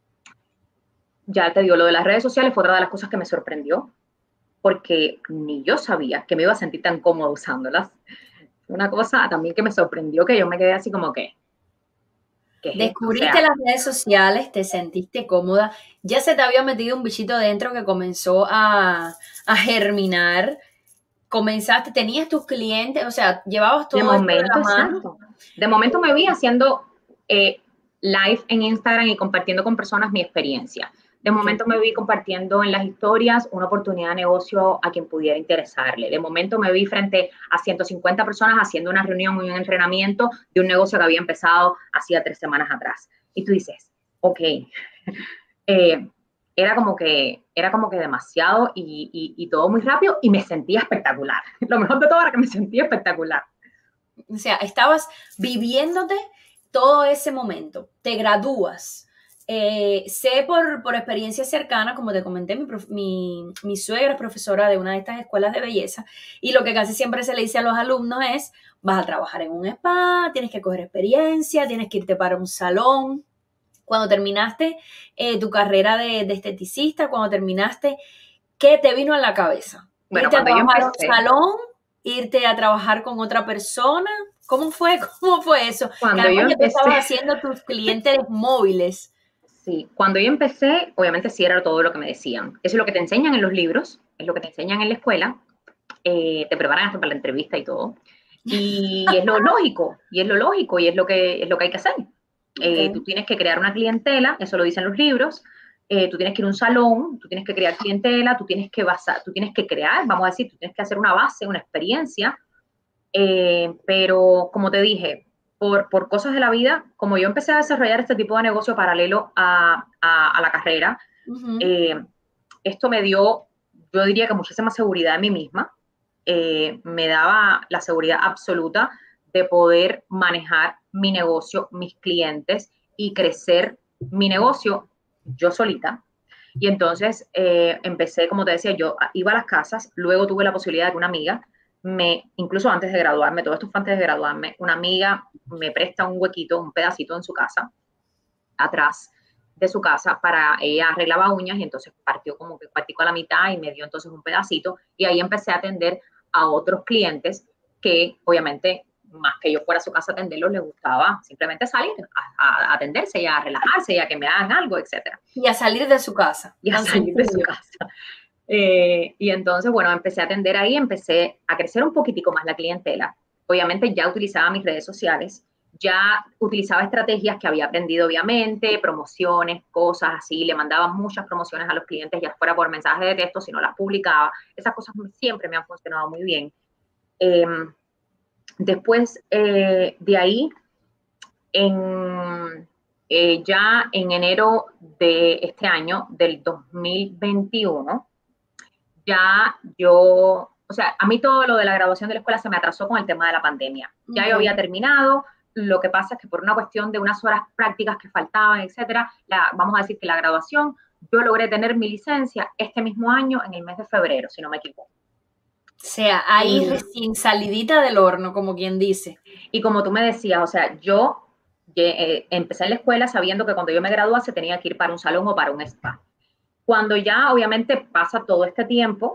ya te digo, lo de las redes sociales fue otra de las cosas que me sorprendió, porque ni yo sabía que me iba a sentir tan cómoda usándolas. Una cosa también que me sorprendió, que yo me quedé así como que, descubriste o sea, las redes sociales, te sentiste cómoda, ya se te había metido un bichito dentro que comenzó a, a germinar, comenzaste, tenías tus clientes, o sea, llevabas todo de esto momento, de la mano. Exacto. De momento me vi haciendo eh, live en Instagram y compartiendo con personas mi experiencia. De momento me vi compartiendo en las historias una oportunidad de negocio a quien pudiera interesarle. De momento me vi frente a ciento cincuenta personas haciendo una reunión y un entrenamiento de un negocio que había empezado hacía tres semanas atrás. Y tú dices, ok, eh, era como que era como que demasiado y, y, y todo muy rápido y me sentía espectacular. Lo mejor de todo era que me sentía espectacular. O sea, estabas viviéndote todo ese momento, te gradúas. Eh, sé por, por experiencia cercana, como te comenté, mi, mi, mi suegra es profesora de una de estas escuelas de belleza y lo que casi siempre se le dice a los alumnos es, vas a trabajar en un spa, tienes que coger experiencia, tienes que irte para un salón. Cuando terminaste eh, tu carrera de, de esteticista, cuando terminaste, ¿qué te vino a la cabeza? Bueno, ¿Irte a trabajar a un empecé, salón? ¿Irte a trabajar con otra persona? ¿Cómo fue? ¿Cómo fue eso? Cuando que yo empecé, tú estabas haciendo tus clientes móviles. Sí, cuando yo empecé, obviamente sí era todo lo que me decían. Eso es lo que te enseñan en los libros, es lo que te enseñan en la escuela, eh, te preparan hasta para la entrevista y todo. Y es lo lógico, y es lo lógico, y es lo que, es lo que hay que hacer. Okay. Eh, tú tienes que crear una clientela, eso lo dicen los libros, eh, tú tienes que ir a un salón, tú tienes que crear clientela, tú tienes que basar, tú tienes que crear, vamos a decir, tú tienes que hacer una base, una experiencia, eh, pero como te dije, por, por cosas de la vida, como yo empecé a desarrollar este tipo de negocio paralelo a, a, a la carrera, Uh-huh. eh, esto me dio, yo diría que muchísima seguridad en mí misma, eh, me daba la seguridad absoluta de poder manejar mi negocio, mis clientes y crecer mi negocio yo solita. Y entonces eh, empecé, como te decía, yo iba a las casas, luego tuve la posibilidad de que una amiga, me, incluso antes de graduarme, todo esto fue antes de graduarme, una amiga me presta un huequito, un pedacito en su casa, atrás de su casa, para ella arreglaba uñas y entonces partió como que partió a la mitad y me dio entonces un pedacito y ahí empecé a atender a otros clientes que obviamente más que yo fuera a su casa a atenderlos, les gustaba simplemente salir a, a atenderse y a relajarse y a que me hagan algo, etcétera. Y a salir de su casa. Y a salir sencillo. de su casa. Eh, y entonces, bueno, empecé a atender ahí, empecé a crecer un poquitico más la clientela. Obviamente ya utilizaba mis redes sociales, ya utilizaba estrategias que había aprendido, obviamente, promociones, cosas así, le mandaba muchas promociones a los clientes, ya fuera por mensajes de texto, si no las publicaba. Esas cosas siempre me han funcionado muy bien. Eh, después eh, de ahí, en, eh, ya en enero de este año, del dos mil veintiuno, ya yo, o sea, a mí todo lo de la graduación de la escuela se me atrasó con el tema de la pandemia. Ya okay. Yo había terminado, lo que pasa es que por una cuestión de unas horas prácticas que faltaban, etcétera, la, vamos a decir que la graduación, yo logré tener mi licencia este mismo año en el mes de febrero, si no me equivoco. O sea, ahí y, recién salidita del horno, como quien dice. Y como tú me decías, o sea, yo eh, empecé en la escuela sabiendo que cuando yo me graduase tenía que ir para un salón o para un spa. Cuando ya obviamente pasa todo este tiempo,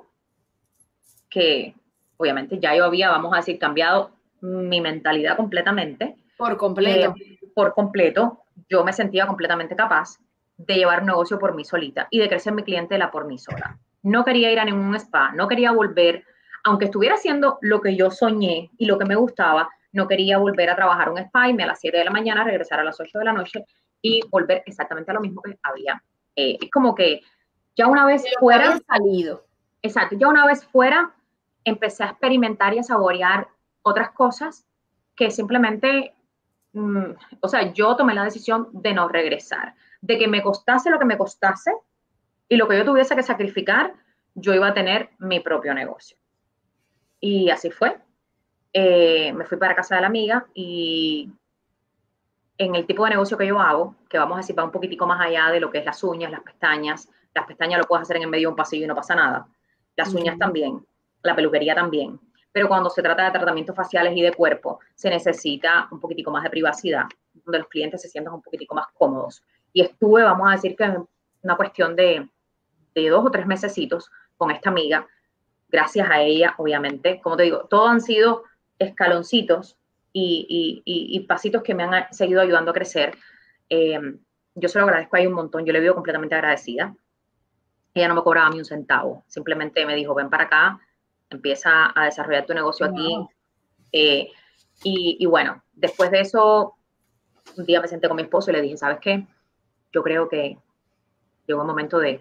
que obviamente ya yo había, vamos a decir, cambiado mi mentalidad completamente. Por completo. Eh, por completo, yo me sentía completamente capaz de llevar un negocio por mí solita y de crecer mi clientela por mí sola. No quería ir a ningún spa, no quería volver, aunque estuviera haciendo lo que yo soñé y lo que me gustaba, no quería volver a trabajar un spa y me a las siete de la mañana, regresar a las ocho de la noche y volver exactamente a lo mismo que había. Eh, es como que ya una vez Pero fuera... había salido. Exacto, ya una vez fuera, empecé a experimentar y a saborear otras cosas que simplemente, mmm, o sea, yo tomé la decisión de no regresar, de que me costase lo que me costase y lo que yo tuviese que sacrificar, yo iba a tener mi propio negocio. Y así fue. Eh, me fui para casa de la amiga y en el tipo de negocio que yo hago, que vamos a decir va un poquitico más allá de lo que es las uñas, las pestañas, las pestañas lo puedes hacer en el medio de un pasillo y no pasa nada. Las uñas uh-huh. también, la peluquería también. Pero cuando se trata de tratamientos faciales y de cuerpo, se necesita un poquitico más de privacidad, donde los clientes se sientan un poquitico más cómodos. Y estuve, vamos a decir que una cuestión de, de dos o tres mesecitos con esta amiga, gracias a ella, obviamente. Como te digo, todos han sido escaloncitos y, y, y, y pasitos que me han seguido ayudando a crecer. Eh, yo se lo agradezco a ella un montón, yo le vivo completamente agradecida. Ella no me cobraba ni un centavo, simplemente me dijo, ven para acá, empieza a desarrollar tu negocio wow. aquí. Eh, y, y bueno, después de eso, un día me senté con mi esposo y le dije, ¿sabes qué? Yo creo que llegó el momento de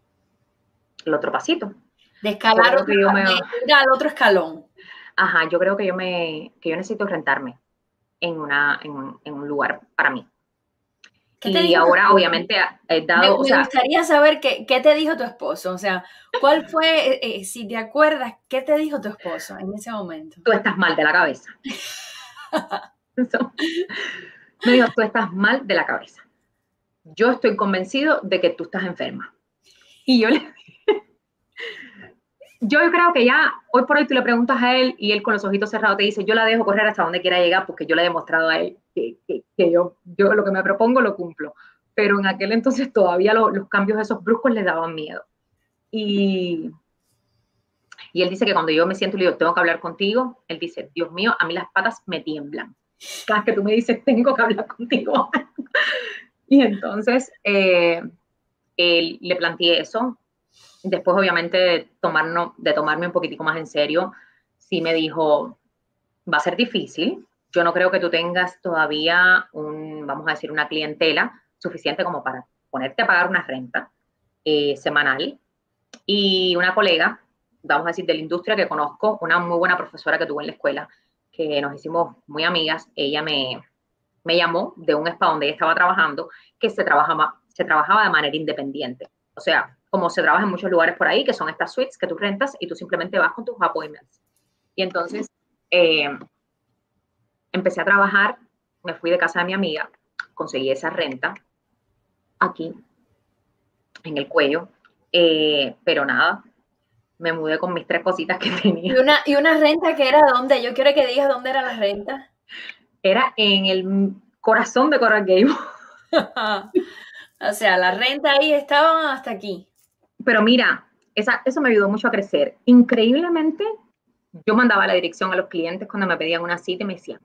el otro pasito. De escalar otro, que yo me... de ir al otro escalón. Ajá, yo creo que yo, me, que yo necesito rentarme en, una, en, un, en un lugar para mí. ¿Qué te y dijo ahora, obviamente, he dado... Me, o sea, me gustaría saber qué, qué te dijo tu esposo. O sea, ¿cuál fue, eh, si te acuerdas, qué te dijo tu esposo en ese momento? Tú estás mal de la cabeza. Me dijo, tú estás mal de la cabeza. Yo estoy convencido de que tú estás enferma. Y yo le dije... Yo creo que ya, hoy por hoy tú le preguntas a él y él con los ojitos cerrados te dice, yo la dejo correr hasta donde quiera llegar porque yo le he demostrado a él que, que, que yo, yo lo que me propongo lo cumplo. Pero en aquel entonces todavía lo, los cambios esos bruscos les daban miedo. Y, y él dice que cuando yo me siento y le digo, tengo que hablar contigo, él dice, Dios mío, a mí las patas me tiemblan. Cada vez que tú me dices, tengo que hablar contigo. Y entonces eh, él, le planteé eso. Después, obviamente, de, tomarnos, de tomarme un poquitico más en serio, sí me dijo, va a ser difícil. Yo no creo que tú tengas todavía, un, vamos a decir, una clientela suficiente como para ponerte a pagar una renta eh, semanal. Y una colega, vamos a decir, de la industria que conozco, una muy buena profesora que tuve en la escuela, que nos hicimos muy amigas, ella me, me llamó de un spa donde ella estaba trabajando, que se trabajaba, se trabajaba de manera independiente. O sea, como se trabaja en muchos lugares por ahí, que son estas suites que tú rentas y tú simplemente vas con tus appointments. Y entonces eh, empecé a trabajar, me fui de casa de mi amiga, conseguí esa renta aquí, en el cuello, eh, pero nada, me mudé con mis tres cositas que tenía. ¿Y una, y una renta que era dónde? Yo quiero que digas dónde era la renta. Era en el corazón de Coral Gables. O sea, la renta ahí estaba hasta aquí. Pero mira, esa, eso me ayudó mucho a crecer. Increíblemente, yo mandaba la dirección a los clientes cuando me pedían una cita y me decían,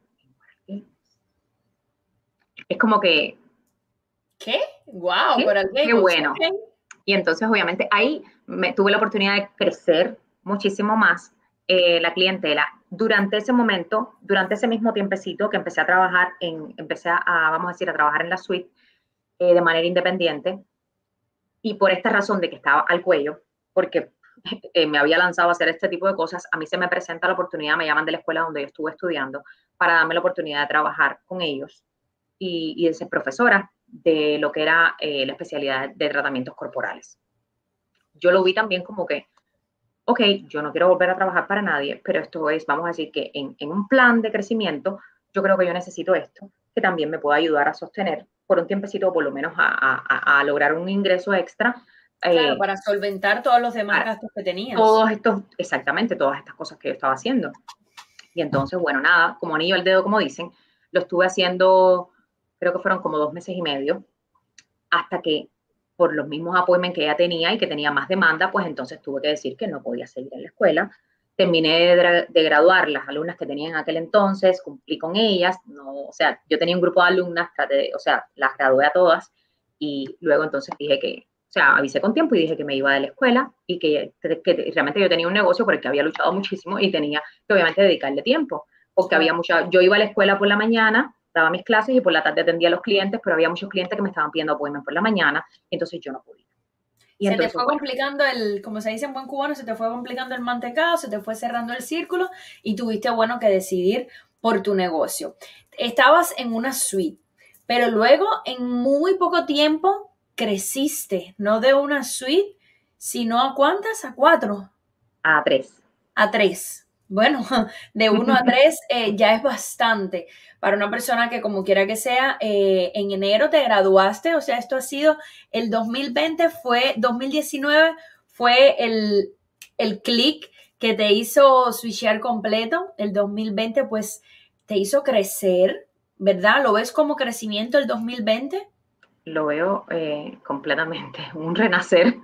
es como que... ¿Qué? ¡Wow! ¿Qué? Coral Qué Gables. bueno. Okay. Y entonces, obviamente, ahí me, tuve la oportunidad de crecer muchísimo más eh, la clientela. Durante ese momento, durante ese mismo tiempecito que empecé a trabajar, en, empecé a, vamos a decir, a trabajar en la suite eh, de manera independiente. Y por esta razón de que estaba al cuello, porque eh, me había lanzado a hacer este tipo de cosas, a mí se me presenta la oportunidad, me llaman de la escuela donde yo estuve estudiando, para darme la oportunidad de trabajar con ellos y, y de ser profesora de lo que era eh, la especialidad de tratamientos corporales. Yo lo vi también como que, ok, yo no quiero volver a trabajar para nadie, pero esto es, vamos a decir que en, en un plan de crecimiento, yo creo que yo necesito esto, que también me pueda ayudar a sostener por un tiempecito, por lo menos a, a, a lograr un ingreso extra. Claro, Eh, para solventar todos los demás gastos que tenías. Todos estos, exactamente, todas estas cosas que yo estaba haciendo. Y entonces, bueno, nada, como anillo al dedo, como dicen, lo estuve haciendo, creo que fueron como dos meses y medio, hasta que por los mismos appointments que ella tenía y que tenía más demanda, pues entonces tuve que decir que no podía seguir en la escuela. Terminé de, de graduar las alumnas que tenía en aquel entonces, cumplí con ellas, no, o sea, yo tenía un grupo de alumnas, traté de, o sea, las gradué a todas y luego entonces dije que, o sea, avisé con tiempo y dije que me iba de la escuela y que, que realmente yo tenía un negocio por el que había luchado muchísimo y tenía que obviamente dedicarle tiempo, porque claro, había mucha, yo iba a la escuela por la mañana, daba mis clases y por la tarde atendía a los clientes, pero había muchos clientes que me estaban pidiendo appointment por la mañana, y entonces yo no podía. Y se entonces, te fue bueno, complicando el, como se dice en buen cubano, se te fue complicando el mantecado, se te fue cerrando el círculo y tuviste, bueno, que decidir por tu negocio. Estabas en una suite, pero luego en muy poco tiempo creciste, no de una suite, sino a ¿cuántas? A cuatro. A tres. A tres. Bueno, de uno a tres eh, ya es bastante para una persona que como quiera que sea, eh, en enero te graduaste, o sea, esto ha sido el dos mil veinte, fue dos mil diecinueve, fue el, el clic que te hizo switchear completo, el dos mil veinte pues te hizo crecer, ¿verdad? ¿Lo ves como crecimiento el dos mil veinte? Lo veo eh, completamente, un renacer.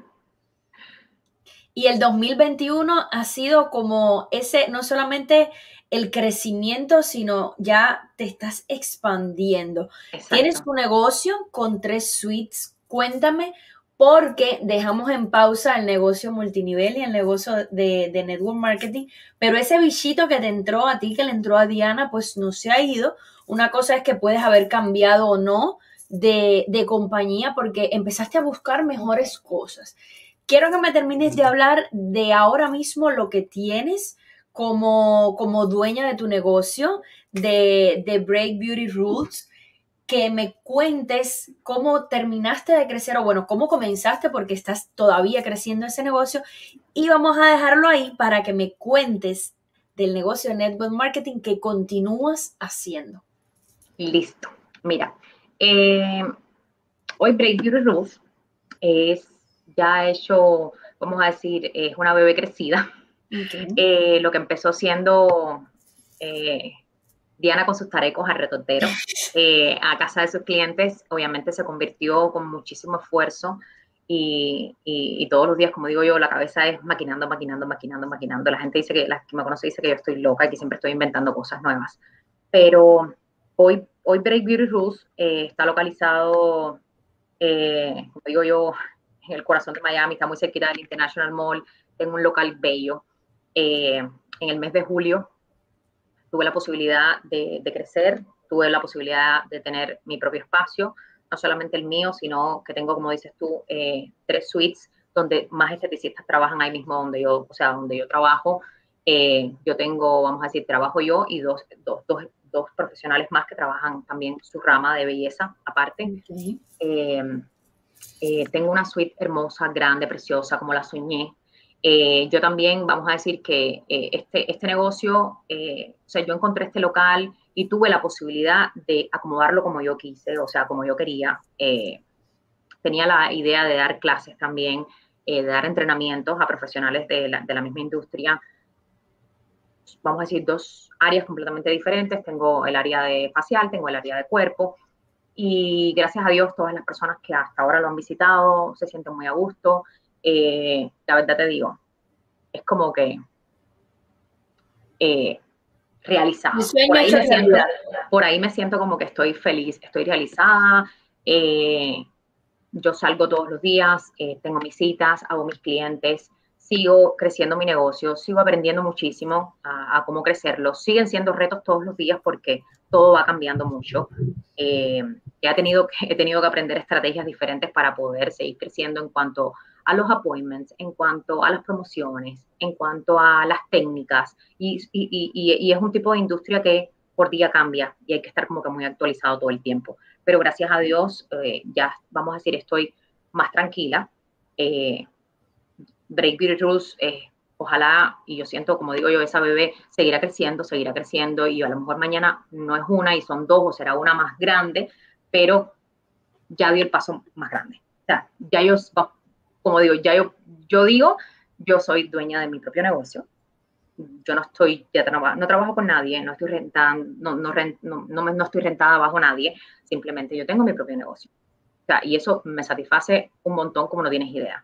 Y el dos mil veintiuno ha sido como ese, no solamente el crecimiento, sino ya te estás expandiendo. Exacto. Tienes tu negocio con tres suites. Cuéntame, porque dejamos en pausa el negocio multinivel y el negocio de, de network marketing, pero ese bichito que te entró a ti, que le entró a Diana, pues no se ha ido. Una cosa es que puedes haber cambiado o no de, de compañía porque empezaste a buscar mejores cosas. Quiero que me termines de hablar de ahora mismo lo que tienes como, como dueña de tu negocio, de, de Break Beauty Rules, que me cuentes cómo terminaste de crecer o bueno, cómo comenzaste porque estás todavía creciendo ese negocio y vamos a dejarlo ahí para que me cuentes del negocio de Network Marketing que continúas haciendo. Listo. Mira, eh, hoy Break Beauty Rules es ya hecho, vamos a decir, es una bebé crecida. Okay. Eh, lo que empezó siendo eh, Diana con sus tarecos al retortero eh, a casa de sus clientes, obviamente se convirtió con muchísimo esfuerzo y, y, y, todos los días, como digo yo, la cabeza es maquinando, maquinando, maquinando, maquinando. La gente dice que, la que me conoce dice que yo estoy loca y que siempre estoy inventando cosas nuevas. Pero hoy, hoy Break Beauty Rules eh, está localizado, eh, como digo yo, en el corazón de Miami, está muy cerquita del International Mall, tengo un local bello. Eh, en el mes de julio tuve la posibilidad de, de crecer, tuve la posibilidad de tener mi propio espacio, no solamente el mío, sino que tengo, como dices tú, eh, tres suites donde más esteticistas trabajan ahí mismo donde yo, o sea, donde yo trabajo. Eh, yo tengo, vamos a decir, trabajo yo y dos, dos, dos, dos profesionales más que trabajan también su rama de belleza aparte. Okay. Eh, eh, tengo una suite hermosa, grande, preciosa, como la soñé. Eh, yo también, vamos a decir que eh, este, este negocio, eh, o sea, yo encontré este local y tuve la posibilidad de acomodarlo como yo quise, o sea, como yo quería. Eh, tenía la idea de dar clases también, eh, de dar entrenamientos a profesionales de la, de la misma industria. Vamos a decir, dos áreas completamente diferentes. Tengo el área de facial, tengo el área de cuerpo. Y gracias a Dios, todas las personas que hasta ahora lo han visitado se sienten muy a gusto. Eh, la verdad te digo, es como que eh, Mi realizado. Por sueño ahí, hecho me siento, realidad. por ahí me siento como que estoy feliz, estoy realizada. Eh, yo salgo todos los días, eh, tengo mis citas, hago mis clientes, sigo creciendo mi negocio, sigo aprendiendo muchísimo a, a cómo crecerlo. Siguen siendo retos todos los días porque todo va cambiando mucho. Eh, he, tenido, he tenido que aprender estrategias diferentes para poder seguir creciendo en cuanto a los appointments, en cuanto a las promociones, en cuanto a las técnicas. Y, y, y, y es un tipo de industria que por día cambia y hay que estar como que muy actualizado todo el tiempo. Pero gracias a Dios, eh, ya vamos a decir, estoy más tranquila. Eh, Break Beauty Rules, eh, ojalá, y yo siento, como digo yo, esa bebé seguirá creciendo, seguirá creciendo, y a lo mejor mañana no es una y son dos, o será una más grande, pero ya dio el paso más grande. O sea, ya yo, como digo, ya yo, yo digo, yo soy dueña de mi propio negocio. Yo no estoy, ya traba, no trabajo con nadie, no estoy rentando, no, no, rent, no, no, no estoy rentada bajo nadie, simplemente yo tengo mi propio negocio. O sea, y eso me satisface un montón como no tienes idea.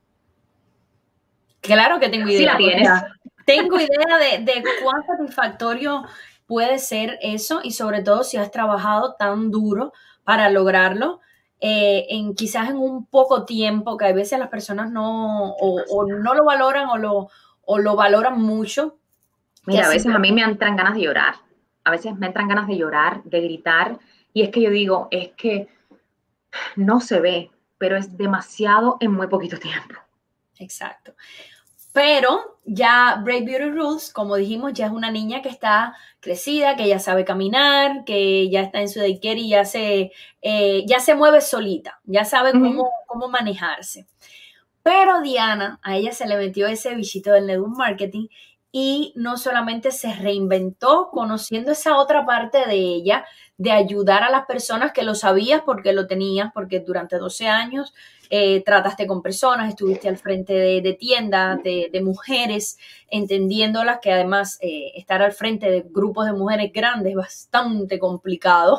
Claro que tengo idea. Sí la tienes. O sea, tengo idea de, de cuán satisfactorio puede ser eso y sobre todo si has trabajado tan duro para lograrlo, eh, en quizás en un poco tiempo, que a veces las personas no o, o no lo valoran o lo, o lo valoran mucho. Mira, a veces a mí me entran ganas de llorar, a veces me entran ganas de llorar, de gritar, y es que yo digo, es que no se ve, pero es demasiado en muy poquito tiempo. Exacto. Pero ya Brave Beauty Rules, como dijimos, ya es una niña que está crecida, que ya sabe caminar, que ya está en su daycare y ya se, eh, ya se mueve solita, ya sabe cómo, uh-huh. cómo manejarse. Pero Diana, a ella se le metió ese bichito del network marketing y no solamente se reinventó conociendo esa otra parte de ella, de ayudar a las personas que lo sabías porque lo tenías, porque durante doce años eh, trataste con personas, estuviste al frente de, de tiendas, de, de mujeres, entendiéndolas, que además eh, estar al frente de grupos de mujeres grandes es bastante complicado.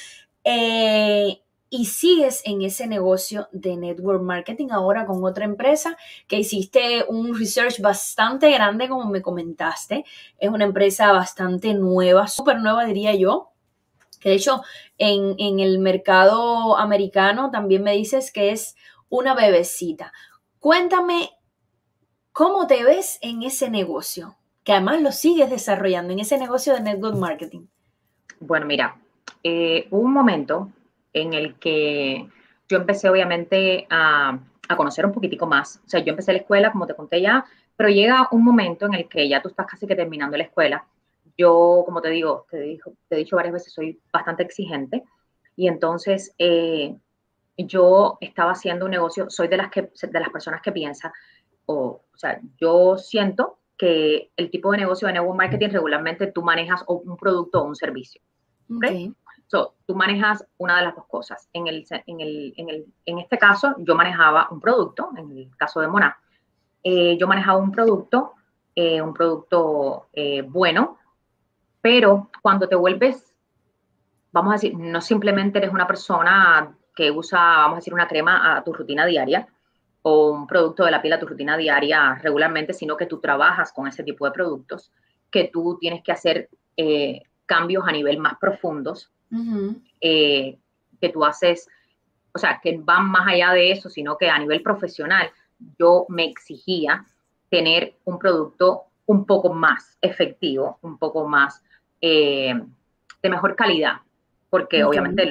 Eh, y sigues en ese negocio de network marketing ahora con otra empresa que hiciste un research bastante grande, como me comentaste. Es una empresa bastante nueva, súper nueva diría yo, que de hecho en, en el mercado americano también me dices que es una bebecita. Cuéntame, ¿cómo te ves en ese negocio? Que además lo sigues desarrollando, en ese negocio de network marketing. Bueno, mira, eh, hubo un momento en el que yo empecé obviamente a, a conocer un poquitico más. O sea, yo empecé la escuela, como te conté ya, pero llega un momento en el que ya tú estás casi que terminando la escuela. Yo, como te digo, te, dijo, te he dicho varias veces, soy bastante exigente. Y entonces eh, yo estaba haciendo un negocio, soy de las, que, de las personas que piensa, o, o sea, yo siento que el tipo de negocio de network marketing regularmente tú manejas un producto o un servicio. ¿Okay? Ok. So, tú manejas una de las dos cosas. En, el, en, el, en, el, en este caso, yo manejaba un producto, en el caso de Mona, eh, yo manejaba un producto, eh, un producto eh, bueno, pero cuando te vuelves, vamos a decir, no simplemente eres una persona que usa, vamos a decir, una crema a tu rutina diaria, o un producto de la piel a tu rutina diaria regularmente, sino que tú trabajas con ese tipo de productos, que tú tienes que hacer eh, cambios a nivel más profundos, uh-huh. eh, que tú haces, o sea, que van más allá de eso, sino que a nivel profesional yo me exigía tener un producto un poco más efectivo, un poco más eh, de mejor calidad, porque okay. obviamente los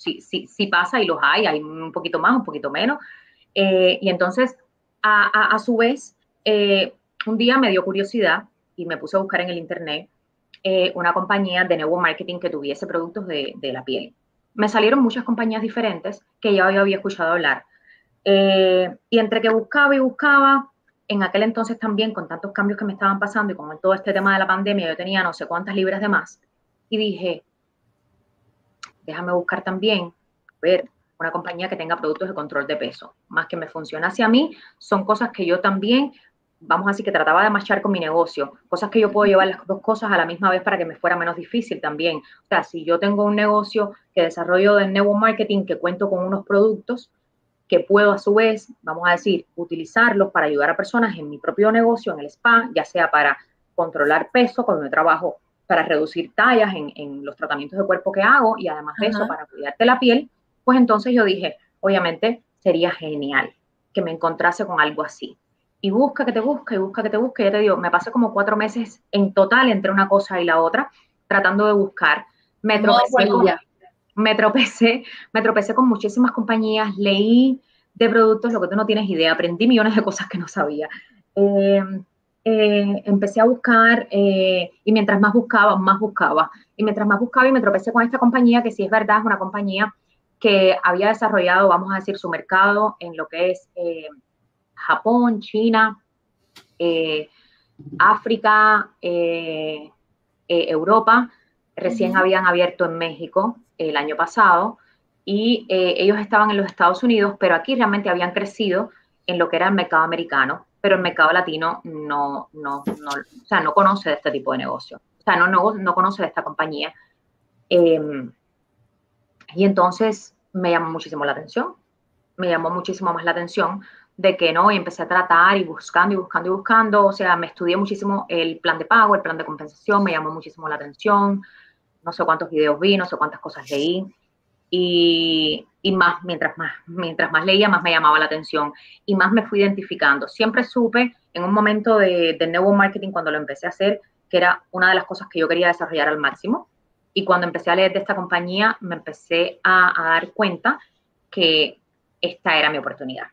sí, sí, sí pasa y los hay, hay un poquito más, un poquito menos. Eh, y entonces, a, a, a su vez, eh, un día me dio curiosidad y me puse a buscar en el internet eh, una compañía de network marketing que tuviese productos de, de la piel. Me salieron muchas compañías diferentes que ya yo había escuchado hablar. Eh, y entre que buscaba y buscaba, en aquel entonces también, con tantos cambios que me estaban pasando y con todo este tema de la pandemia, yo tenía no sé cuántas libras de más. Y dije, déjame buscar también, a ver, una compañía que tenga productos de control de peso. Más que me funcionase a mí, son cosas que yo también, vamos a decir, que trataba de marchar con mi negocio, cosas que yo puedo llevar las dos cosas a la misma vez para que me fuera menos difícil también. O sea, si yo tengo un negocio que desarrollo de network marketing, que cuento con unos productos, que puedo a su vez, vamos a decir, utilizarlos para ayudar a personas en mi propio negocio, en el spa, ya sea para controlar peso, cuando yo trabajo para reducir tallas en, en los tratamientos de cuerpo que hago y además de eso, para cuidarte la piel, pues entonces yo dije, obviamente sería genial que me encontrase con algo así. Y busca que te busca y busca que te busca. Y ya te digo, me pasé como cuatro meses en total entre una cosa y la otra, tratando de buscar. Me tropecé con, me tropecé, me tropecé con muchísimas compañías, leí de productos lo que tú no tienes idea, aprendí millones de cosas que no sabía. Eh, eh, empecé a buscar eh, y mientras más buscaba, más buscaba. Y mientras más buscaba y me tropecé con esta compañía, que sí es verdad, es una compañía que había desarrollado, vamos a decir, su mercado en lo que es eh, Japón, China, eh, África, eh, eh, Europa. Recién uh-huh. habían abierto en México el año pasado y eh, ellos estaban en los Estados Unidos, pero aquí realmente habían crecido en lo que era el mercado americano, pero el mercado latino no, no, no, o sea, no conoce de este tipo de negocio, o sea, no, no, no conoce de esta compañía. Eh, y entonces me llamó muchísimo la atención, me llamó muchísimo más la atención de que no, y empecé a tratar y buscando y buscando y buscando, o sea, me estudié muchísimo el plan de pago, el plan de compensación, me llamó muchísimo la atención, no sé cuántos videos vi, no sé cuántas cosas leí, y, y más, mientras más, mientras más leía, más me llamaba la atención, y más me fui identificando. Siempre supe, en un momento de, de network marketing, cuando lo empecé a hacer, que era una de las cosas que yo quería desarrollar al máximo, y cuando empecé a leer de esta compañía, me empecé a, a dar cuenta que esta era mi oportunidad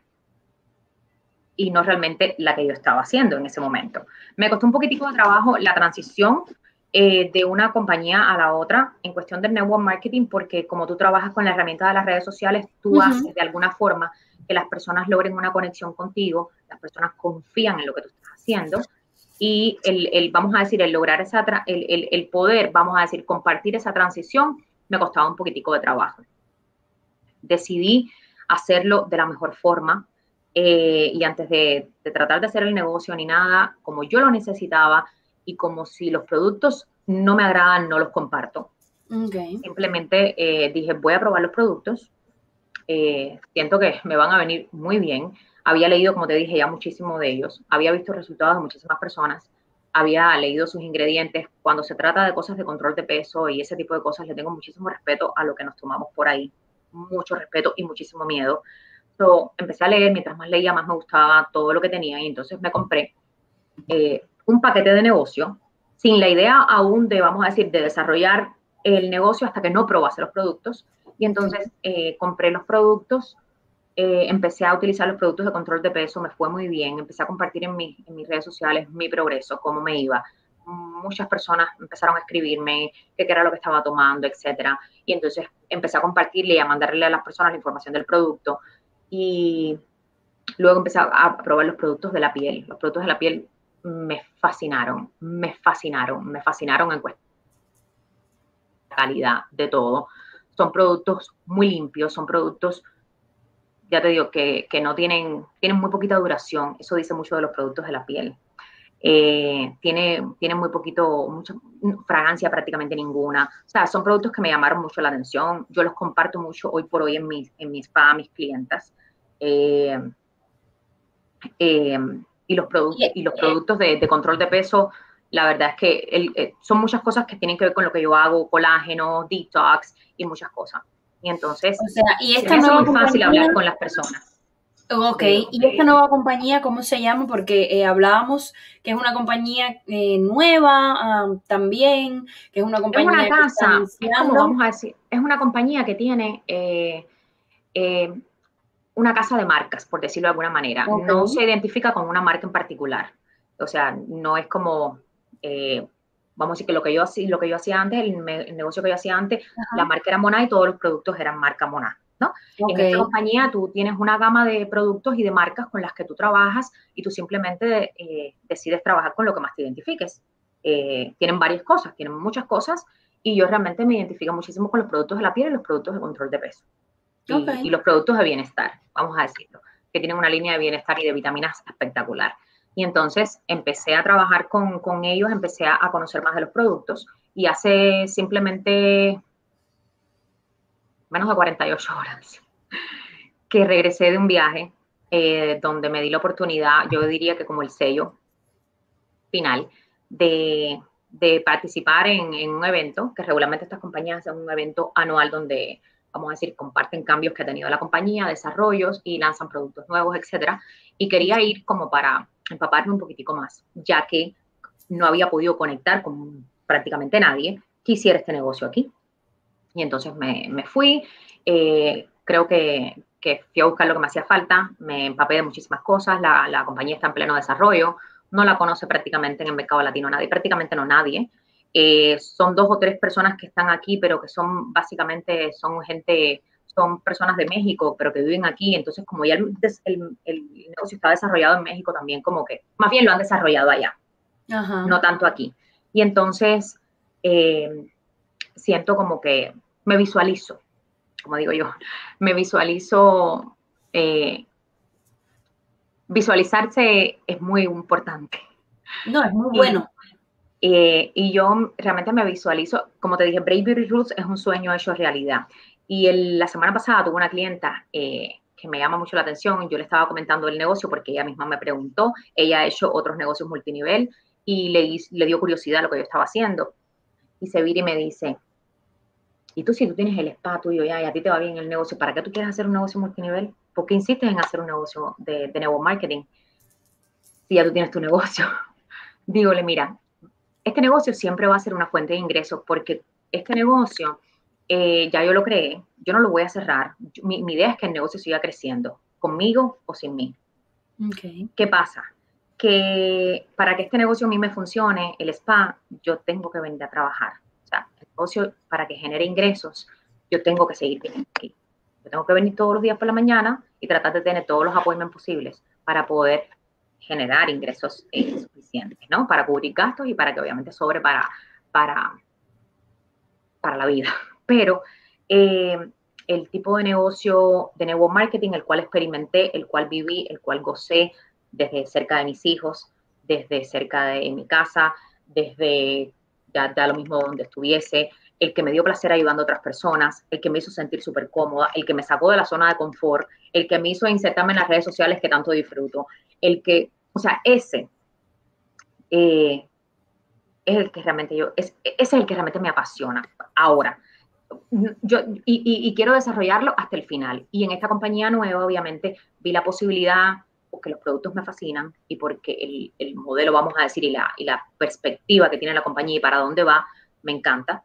y no realmente la que yo estaba haciendo en ese momento. Me costó un poquitico de trabajo la transición eh, de una compañía a la otra en cuestión del network marketing, porque como tú trabajas con la herramienta de las redes sociales, tú uh-huh. haces de alguna forma que las personas logren una conexión contigo, las personas confían en lo que tú estás haciendo y el, el vamos a decir, el lograr esa, el, el, el poder, vamos a decir, compartir esa transición, me costaba un poquitico de trabajo. Decidí hacerlo de la mejor forma, eh, y antes de, de tratar de hacer el negocio ni nada, como yo lo necesitaba y como si los productos no me agradan, no los comparto. Okay. Simplemente eh, dije, voy a probar los productos, eh, siento que me van a venir muy bien. Había leído, como te dije, ya muchísimo de ellos, había visto resultados de muchísimas personas, había leído sus ingredientes. Cuando se trata de cosas de control de peso y ese tipo de cosas, le tengo muchísimo respeto a lo que nos tomamos por ahí, mucho respeto y muchísimo miedo. So, empecé a leer, mientras más leía, más me gustaba todo lo que tenía y entonces me compré eh, un paquete de negocio sin la idea aún de, vamos a decir, de desarrollar el negocio hasta que no probase los productos. Y entonces eh, compré los productos, eh, empecé a utilizar los productos de control de peso, me fue muy bien, empecé a compartir en, mi, en mis redes sociales mi progreso, cómo me iba. Muchas personas empezaron a escribirme qué era lo que estaba tomando, etcétera. Y entonces empecé a compartirle y a mandarle a las personas la información del producto. Y luego empecé a probar los productos de la piel. Los productos de la piel me fascinaron, me fascinaron, me fascinaron en cuestión de calidad, de todo. Son productos muy limpios, son productos, ya te digo, que, que no tienen, tienen muy poquita duración. Eso dice mucho de los productos de la piel. Eh, tiene, tiene muy poquito, mucha fragancia, prácticamente ninguna. O sea, son productos que me llamaron mucho la atención. Yo los comparto mucho hoy por hoy en mi, en mi spa a mis clientas. Eh, eh, y, los y los productos de, de control de peso, la verdad es que el, eh, son muchas cosas que tienen que ver con lo que yo hago, colágeno, detox y muchas cosas. Y entonces, o sea, y esta es nueva muy fácil hablar con las personas. Ok, de, ¿y esta de- nueva compañía cómo se llama? Porque eh, hablábamos que es una compañía eh, nueva ah, también, que es una es una compañía que está casa, es como iniciando. vamos a decir, es una compañía que tiene eh, eh, una casa de marcas, por decirlo de alguna manera. Ok, No se identifica con una marca en particular. O sea, no es como, eh, vamos a decir que lo que yo hacía, lo que yo hacía antes, el, me, el, negocio que yo hacía antes, la ajá, marca era Moná y todos los productos eran marca Moná, ¿no? ok, En esta compañía tú tienes una gama de productos y de marcas con las que tú trabajas y tú simplemente eh, decides trabajar con lo que más te identifiques. Eh, tienen varias cosas, tienen muchas cosas y yo realmente me identifico muchísimo con los productos de la piel y los productos de control de peso ok. y, y los productos de bienestar, vamos a decirlo, que tienen una línea de bienestar y de vitaminas espectacular. Y entonces empecé a trabajar con, con ellos, empecé a, a conocer más de los productos y hace simplemente menos de cuarenta y ocho horas que regresé de un viaje eh, donde me di la oportunidad, yo diría que como el sello final, de, de participar en, en, un evento, que regularmente estas compañías hacen un evento anual donde, vamos a decir, comparten cambios que ha tenido la compañía, desarrollos y lanzan productos nuevos, etcétera. Y quería ir como para empaparme un poquitico más, ya que no había podido conectar con prácticamente nadie que hiciera este negocio aquí. Y entonces me, me fui, eh, creo que, que fui a buscar lo que me hacía falta, me empapé de muchísimas cosas, la, la compañía está en pleno desarrollo, no la conoce prácticamente en el mercado latino nadie, prácticamente no nadie. Eh, son dos o tres personas que están aquí, pero que son básicamente, son gente, son personas de México, pero que viven aquí, entonces como ya el, el, el negocio está desarrollado en México también, como que más bien lo han desarrollado allá, Ajá. no tanto aquí. Y entonces eh, siento como que me visualizo, como digo yo, me visualizo, eh, visualizarse es muy importante. No, es muy Y, bueno. eh, y yo realmente me visualizo, como te dije, Brave Beauty Roots es un sueño hecho realidad. Y el, la semana pasada tuve una clienta eh, que me llama mucho la atención, yo le estaba comentando el negocio porque ella misma me preguntó, ella ha hecho otros negocios multinivel y le, le dio curiosidad lo que yo estaba haciendo. Y se vira y me dice, y tú si tú tienes el spa tuyo ya y a ti te va bien el negocio, ¿para qué tú quieres hacer un negocio multinivel? ¿Por qué insistes en hacer un negocio de, de network marketing si ya tú tienes tu negocio? Dígole, mira, este negocio siempre va a ser una fuente de ingresos porque este negocio eh, ya yo lo creé, yo no lo voy a cerrar. Mi, mi idea es que el negocio siga creciendo, conmigo o sin mí. Okay. ¿Qué pasa? Que para que este negocio a mí me funcione, el spa, yo tengo que venir a trabajar. O sea, el negocio, para que genere ingresos, yo tengo que seguir viniendo aquí. Yo tengo que venir todos los días por la mañana y tratar de tener todos los appointments posibles para poder generar ingresos eh, suficientes, ¿no? Para cubrir gastos y para que obviamente sobre para, para, para la vida. Pero eh, el tipo de negocio de network marketing, el cual experimenté, el cual viví, el cual gocé desde cerca de mis hijos, desde cerca de mi casa, desde ya, ya lo mismo donde estuviese, el que me dio placer ayudando a otras personas, el que me hizo sentir súper cómoda, el que me sacó de la zona de confort, el que me hizo insertarme en las redes sociales que tanto disfruto, el que, o sea, ese eh, es el que realmente yo, es, ese es el que realmente me apasiona. Ahora, yo, y, y, y, quiero desarrollarlo hasta el final. Y en esta compañía nueva, obviamente, vi la posibilidad, porque los productos me fascinan y porque el, el modelo, vamos a decir, y la, y la perspectiva que tiene la compañía y para dónde va, me encanta.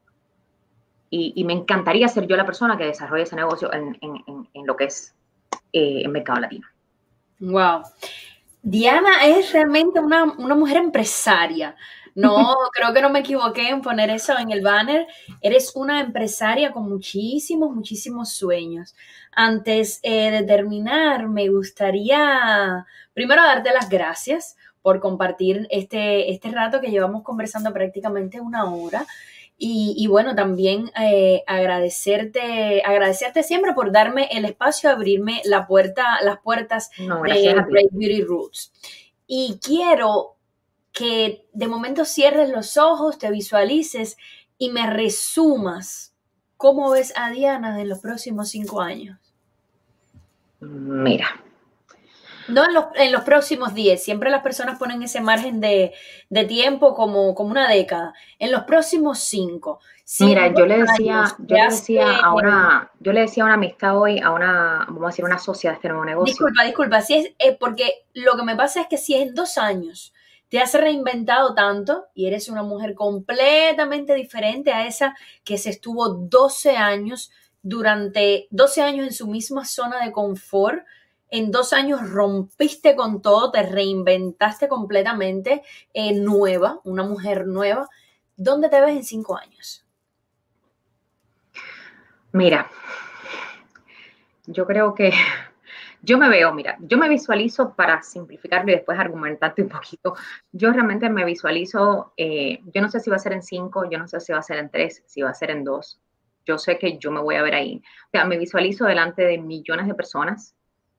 Y, y me encantaría ser yo la persona que desarrolle ese negocio en, en, en, en lo que es eh, el mercado latino. Wow. Diana es realmente una, una mujer empresaria. No, creo que no me equivoqué en poner eso en el banner. Eres una empresaria con muchísimos, muchísimos sueños. Antes eh, de terminar, me gustaría primero darte las gracias por compartir este, este rato que llevamos conversando prácticamente una hora. Y, y bueno, también eh, agradecerte, agradecerte siempre por darme el espacio, abrirme la puerta, las puertas No, gracias de a ti. Brave Beauty Roots. Y quiero que de momento cierres los ojos, te visualices y me resumas cómo ves a Diana en los próximos cinco años. Mira, No en los, en los próximos diez. Siempre las personas ponen ese margen de, de tiempo como, como una década. En los próximos cinco. Si en Mira, dos yo le decía, años yo te le hace... decía a una, yo le decía a una amistad hoy, a una, vamos a decir, una socia de este nuevo negocio. Disculpa, disculpa. Si es, eh, porque lo que me pasa es que si en dos años te has reinventado tanto y eres una mujer completamente diferente a esa que se estuvo doce años, durante doce años en su misma zona de confort, en dos años rompiste con todo, te reinventaste completamente, eh, nueva, una mujer nueva. ¿Dónde te ves en cinco años? Mira, yo creo que yo me veo, mira, yo me visualizo para simplificarlo y después argumentarte un poquito. Yo realmente me visualizo, eh, yo no sé si va a ser en cinco, yo no sé si va a ser en tres, si va a ser en dos. Yo sé que yo me voy a ver ahí. O sea, me visualizo delante de millones de personas,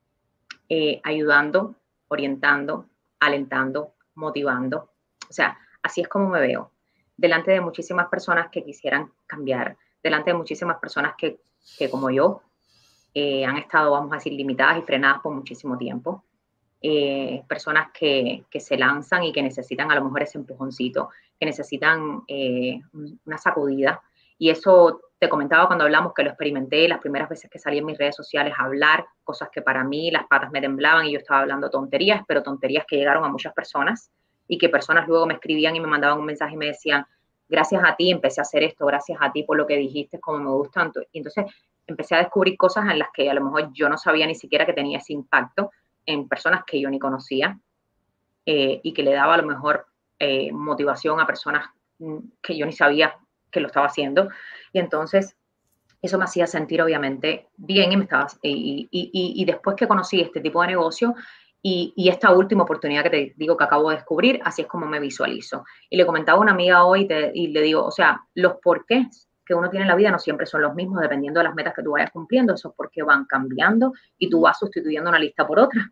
eh, ayudando, orientando, alentando, motivando. O sea, así es como me veo. Delante de muchísimas personas que quisieran cambiar, delante de muchísimas personas que, que como yo, eh, han estado, vamos a decir, limitadas y frenadas por muchísimo tiempo. Eh, personas que, que, se lanzan y que necesitan a lo mejor ese empujoncito, que necesitan eh, una sacudida. Y eso te comentaba cuando hablamos que lo experimenté las primeras veces que salí en mis redes sociales a hablar, cosas que para mí las patas me temblaban y yo estaba hablando tonterías, pero tonterías que llegaron a muchas personas y que personas luego me escribían y me mandaban un mensaje y me decían, gracias a ti empecé a hacer esto, gracias a ti por lo que dijiste, como me gusta tanto. Y entonces empecé a descubrir cosas en las que a lo mejor yo no sabía ni siquiera que tenía ese impacto en personas que yo ni conocía, eh, y que le daba a lo mejor eh, motivación a personas que yo ni sabía que lo estaba haciendo. Y entonces eso me hacía sentir obviamente bien y, me estaba, y, y, y, y después que conocí este tipo de negocio y, y, esta última oportunidad que te digo que acabo de descubrir, así es como me visualizo. Y le comentaba a una amiga hoy te, y le digo, o sea, los porqués que uno tiene en la vida no siempre son los mismos dependiendo de las metas que tú vayas cumpliendo, esos porqués van cambiando y tú vas sustituyendo una lista por otra.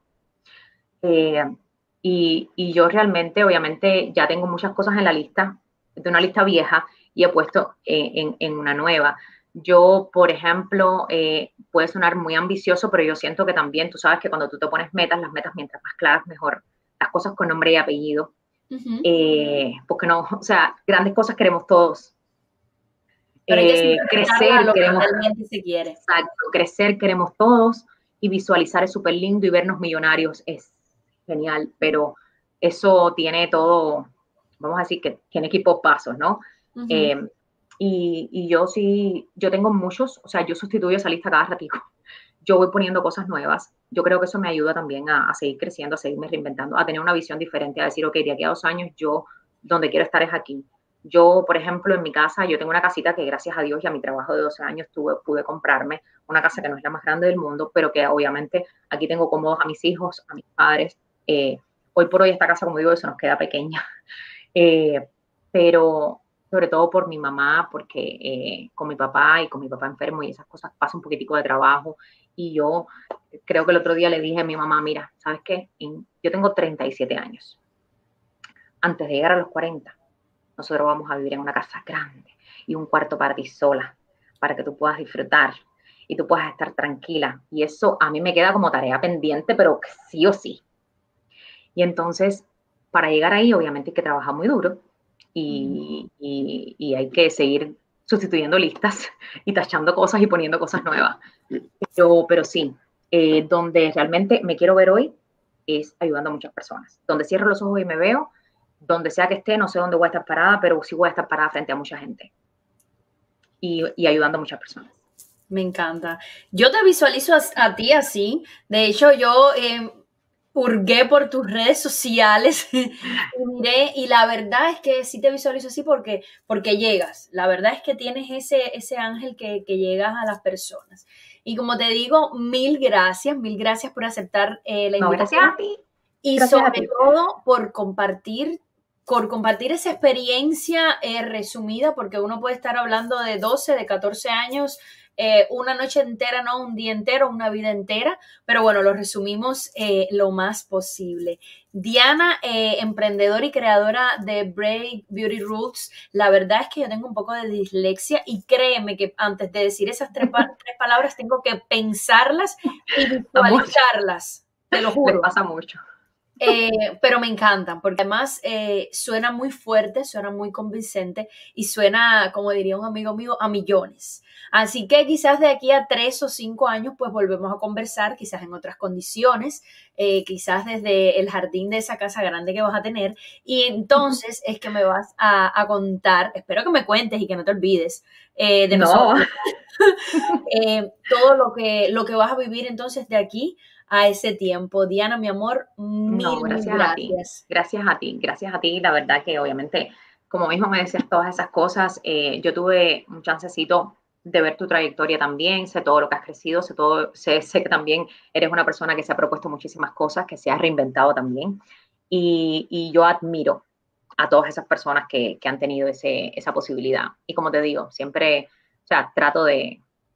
Eh, y, y yo realmente, obviamente, ya tengo muchas cosas en la lista, de una lista vieja, y he puesto eh, en, en una nueva. Yo, por ejemplo, eh, puede sonar muy ambicioso, pero yo siento que también, tú sabes que cuando tú te pones metas, las metas mientras más claras, mejor. Las cosas con nombre y apellido. Uh-huh. Eh, porque no, o sea, grandes cosas queremos todos. Pero hay que eh, crecer, a lo queremos, que realmente se quiere. Exacto, crecer queremos todos y visualizar es súper lindo y vernos millonarios es genial, pero eso tiene todo, vamos a decir que tiene equipos pasos, ¿no? Uh-huh. Eh, y, y yo sí, yo tengo muchos, o sea, yo sustituyo esa lista cada ratito. Yo voy poniendo cosas nuevas. Yo creo que eso me ayuda también a, a seguir creciendo, a seguirme reinventando, a tener una visión diferente, a decir, ok, de aquí a dos años yo donde quiero estar es aquí. Yo, por ejemplo, en mi casa, yo tengo una casita que gracias a Dios y a mi trabajo de doce años tuve, pude comprarme una casa que no es la más grande del mundo, pero que obviamente aquí tengo cómodos a mis hijos, a mis padres. Eh, hoy por hoy esta casa, como digo, eso nos queda pequeña. Eh, pero sobre todo por mi mamá, porque eh, con mi papá y con mi papá enfermo y esas cosas pasa un poquitico de trabajo. Y yo creo que el otro día le dije a mi mamá, mira, ¿sabes qué? Yo tengo treinta y siete años. Antes de llegar a los cuarenta, nosotros vamos a vivir en una casa grande y un cuarto para ti sola, para que tú puedas disfrutar y tú puedas estar tranquila. Y eso a mí me queda como tarea pendiente, pero sí o sí. Y entonces, para llegar ahí, obviamente hay que trabajar muy duro y, y, y hay que seguir sustituyendo listas y tachando cosas y poniendo cosas nuevas. Pero, pero sí, eh, donde realmente me quiero ver hoy es ayudando a muchas personas. Donde cierro los ojos y me veo, donde sea que esté, no sé dónde voy a estar parada, pero sí voy a estar parada frente a mucha gente y, y ayudando a muchas personas. Me encanta. Yo te visualizo a, a ti así. De hecho, yo eh, hurgué por tus redes sociales y miré, y la verdad es que sí te visualizo así porque, porque llegas. La verdad es que tienes ese, ese ángel que, que llegas a las personas. Y como te digo, mil gracias, mil gracias por aceptar eh, la invitación. No, gracias a ti. Y gracias sobre a ti. todo por compartir por compartir esa experiencia eh, resumida, porque uno puede estar hablando de doce, de catorce años, eh, una noche entera, no un día entero, una vida entera, pero bueno, lo resumimos eh, lo más posible. Diana, eh, emprendedora y creadora de Break Beauty Roots, la verdad es que yo tengo un poco de dislexia y créeme que antes de decir esas tres, pa- tres palabras tengo que pensarlas y visualizarlas. te lo Les juro. pasa mucho. Eh, pero me encantan porque además eh, suena muy fuerte, suena muy convincente y suena, como diría un amigo mío, a millones. Así que quizás de aquí a tres o cinco años pues volvemos a conversar, quizás en otras condiciones, eh, quizás desde el jardín de esa casa grande que vas a tener y entonces es que me vas a, a contar, espero que me cuentes y que no te olvides eh, de No, nosotros, eh, todo lo que, lo que vas a vivir entonces de aquí a ese tiempo. Diana, mi amor, no, mil, mil gracias a ti, gracias. gracias a ti, gracias a ti. La verdad que obviamente, como mismo me decías todas esas cosas, eh, yo tuve un chancecito de ver tu trayectoria también, sé todo lo que has crecido, sé todo, sé, sé que también eres una persona que se ha propuesto muchísimas cosas, que se ha reinventado también. Y, y yo admiro a todas esas personas que, que han tenido ese, esa posibilidad. Y como te digo, siempre, o sea, trato de,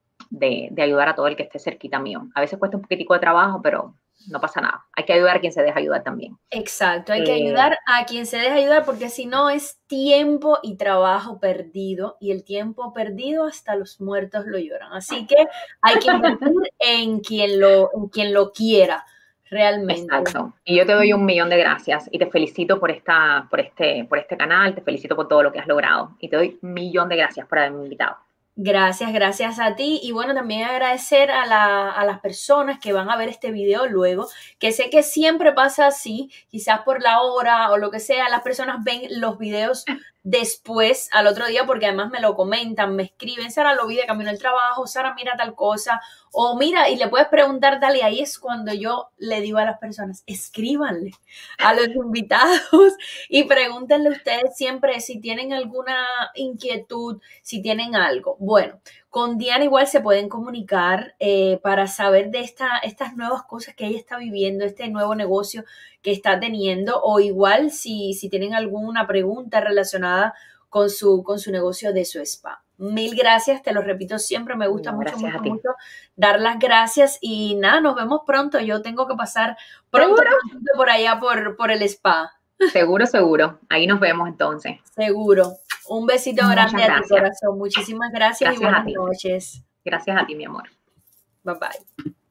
de, de ayudar a todo el que esté cerquita mío. A veces cuesta un poquitico de trabajo, pero no pasa nada. Hay que ayudar a quien se deja ayudar también. Exacto, hay que Eh, ayudar a quien se deje ayudar porque si no es tiempo y trabajo perdido y el tiempo perdido hasta los muertos lo lloran. Así que hay que invertir en quien lo, en quien lo quiera realmente. exacto. Y yo te doy un millón de gracias y te felicito por, esta, por, este, por este canal, te felicito por todo lo que has logrado y te doy un millón de gracias por haberme invitado. Gracias, gracias a ti. Y bueno, también agradecer a, la, a las personas que van a ver este video luego, que sé que siempre pasa así, quizás por la hora o lo que sea, las personas ven los videos después, al otro día, porque además me lo comentan, me escriben, Sara, lo vi de camino al trabajo, Sara, mira tal cosa, o mira, y le puedes preguntar tal, y ahí es cuando yo le digo a las personas, escríbanle a los invitados y pregúntenle ustedes siempre si tienen alguna inquietud, si tienen algo. Bueno, con Diana igual se pueden comunicar eh, para saber de esta, estas nuevas cosas que ella está viviendo, este nuevo negocio que está teniendo, o igual si, si tienen alguna pregunta relacionada con su, con su negocio de su spa. Mil gracias, te lo repito siempre, me gusta No, mucho, gracias mucho, a ti. mucho dar las gracias y nada, nos vemos pronto. Yo tengo que pasar pronto, ¿Seguro? prontito por allá por, por el spa. Seguro, seguro. Ahí nos vemos entonces. Seguro. Un besito grande Muchas a ti, gracias. corazón. Muchísimas gracias y Gracias a buenas ti. noches. Gracias a ti, mi amor. Bye bye.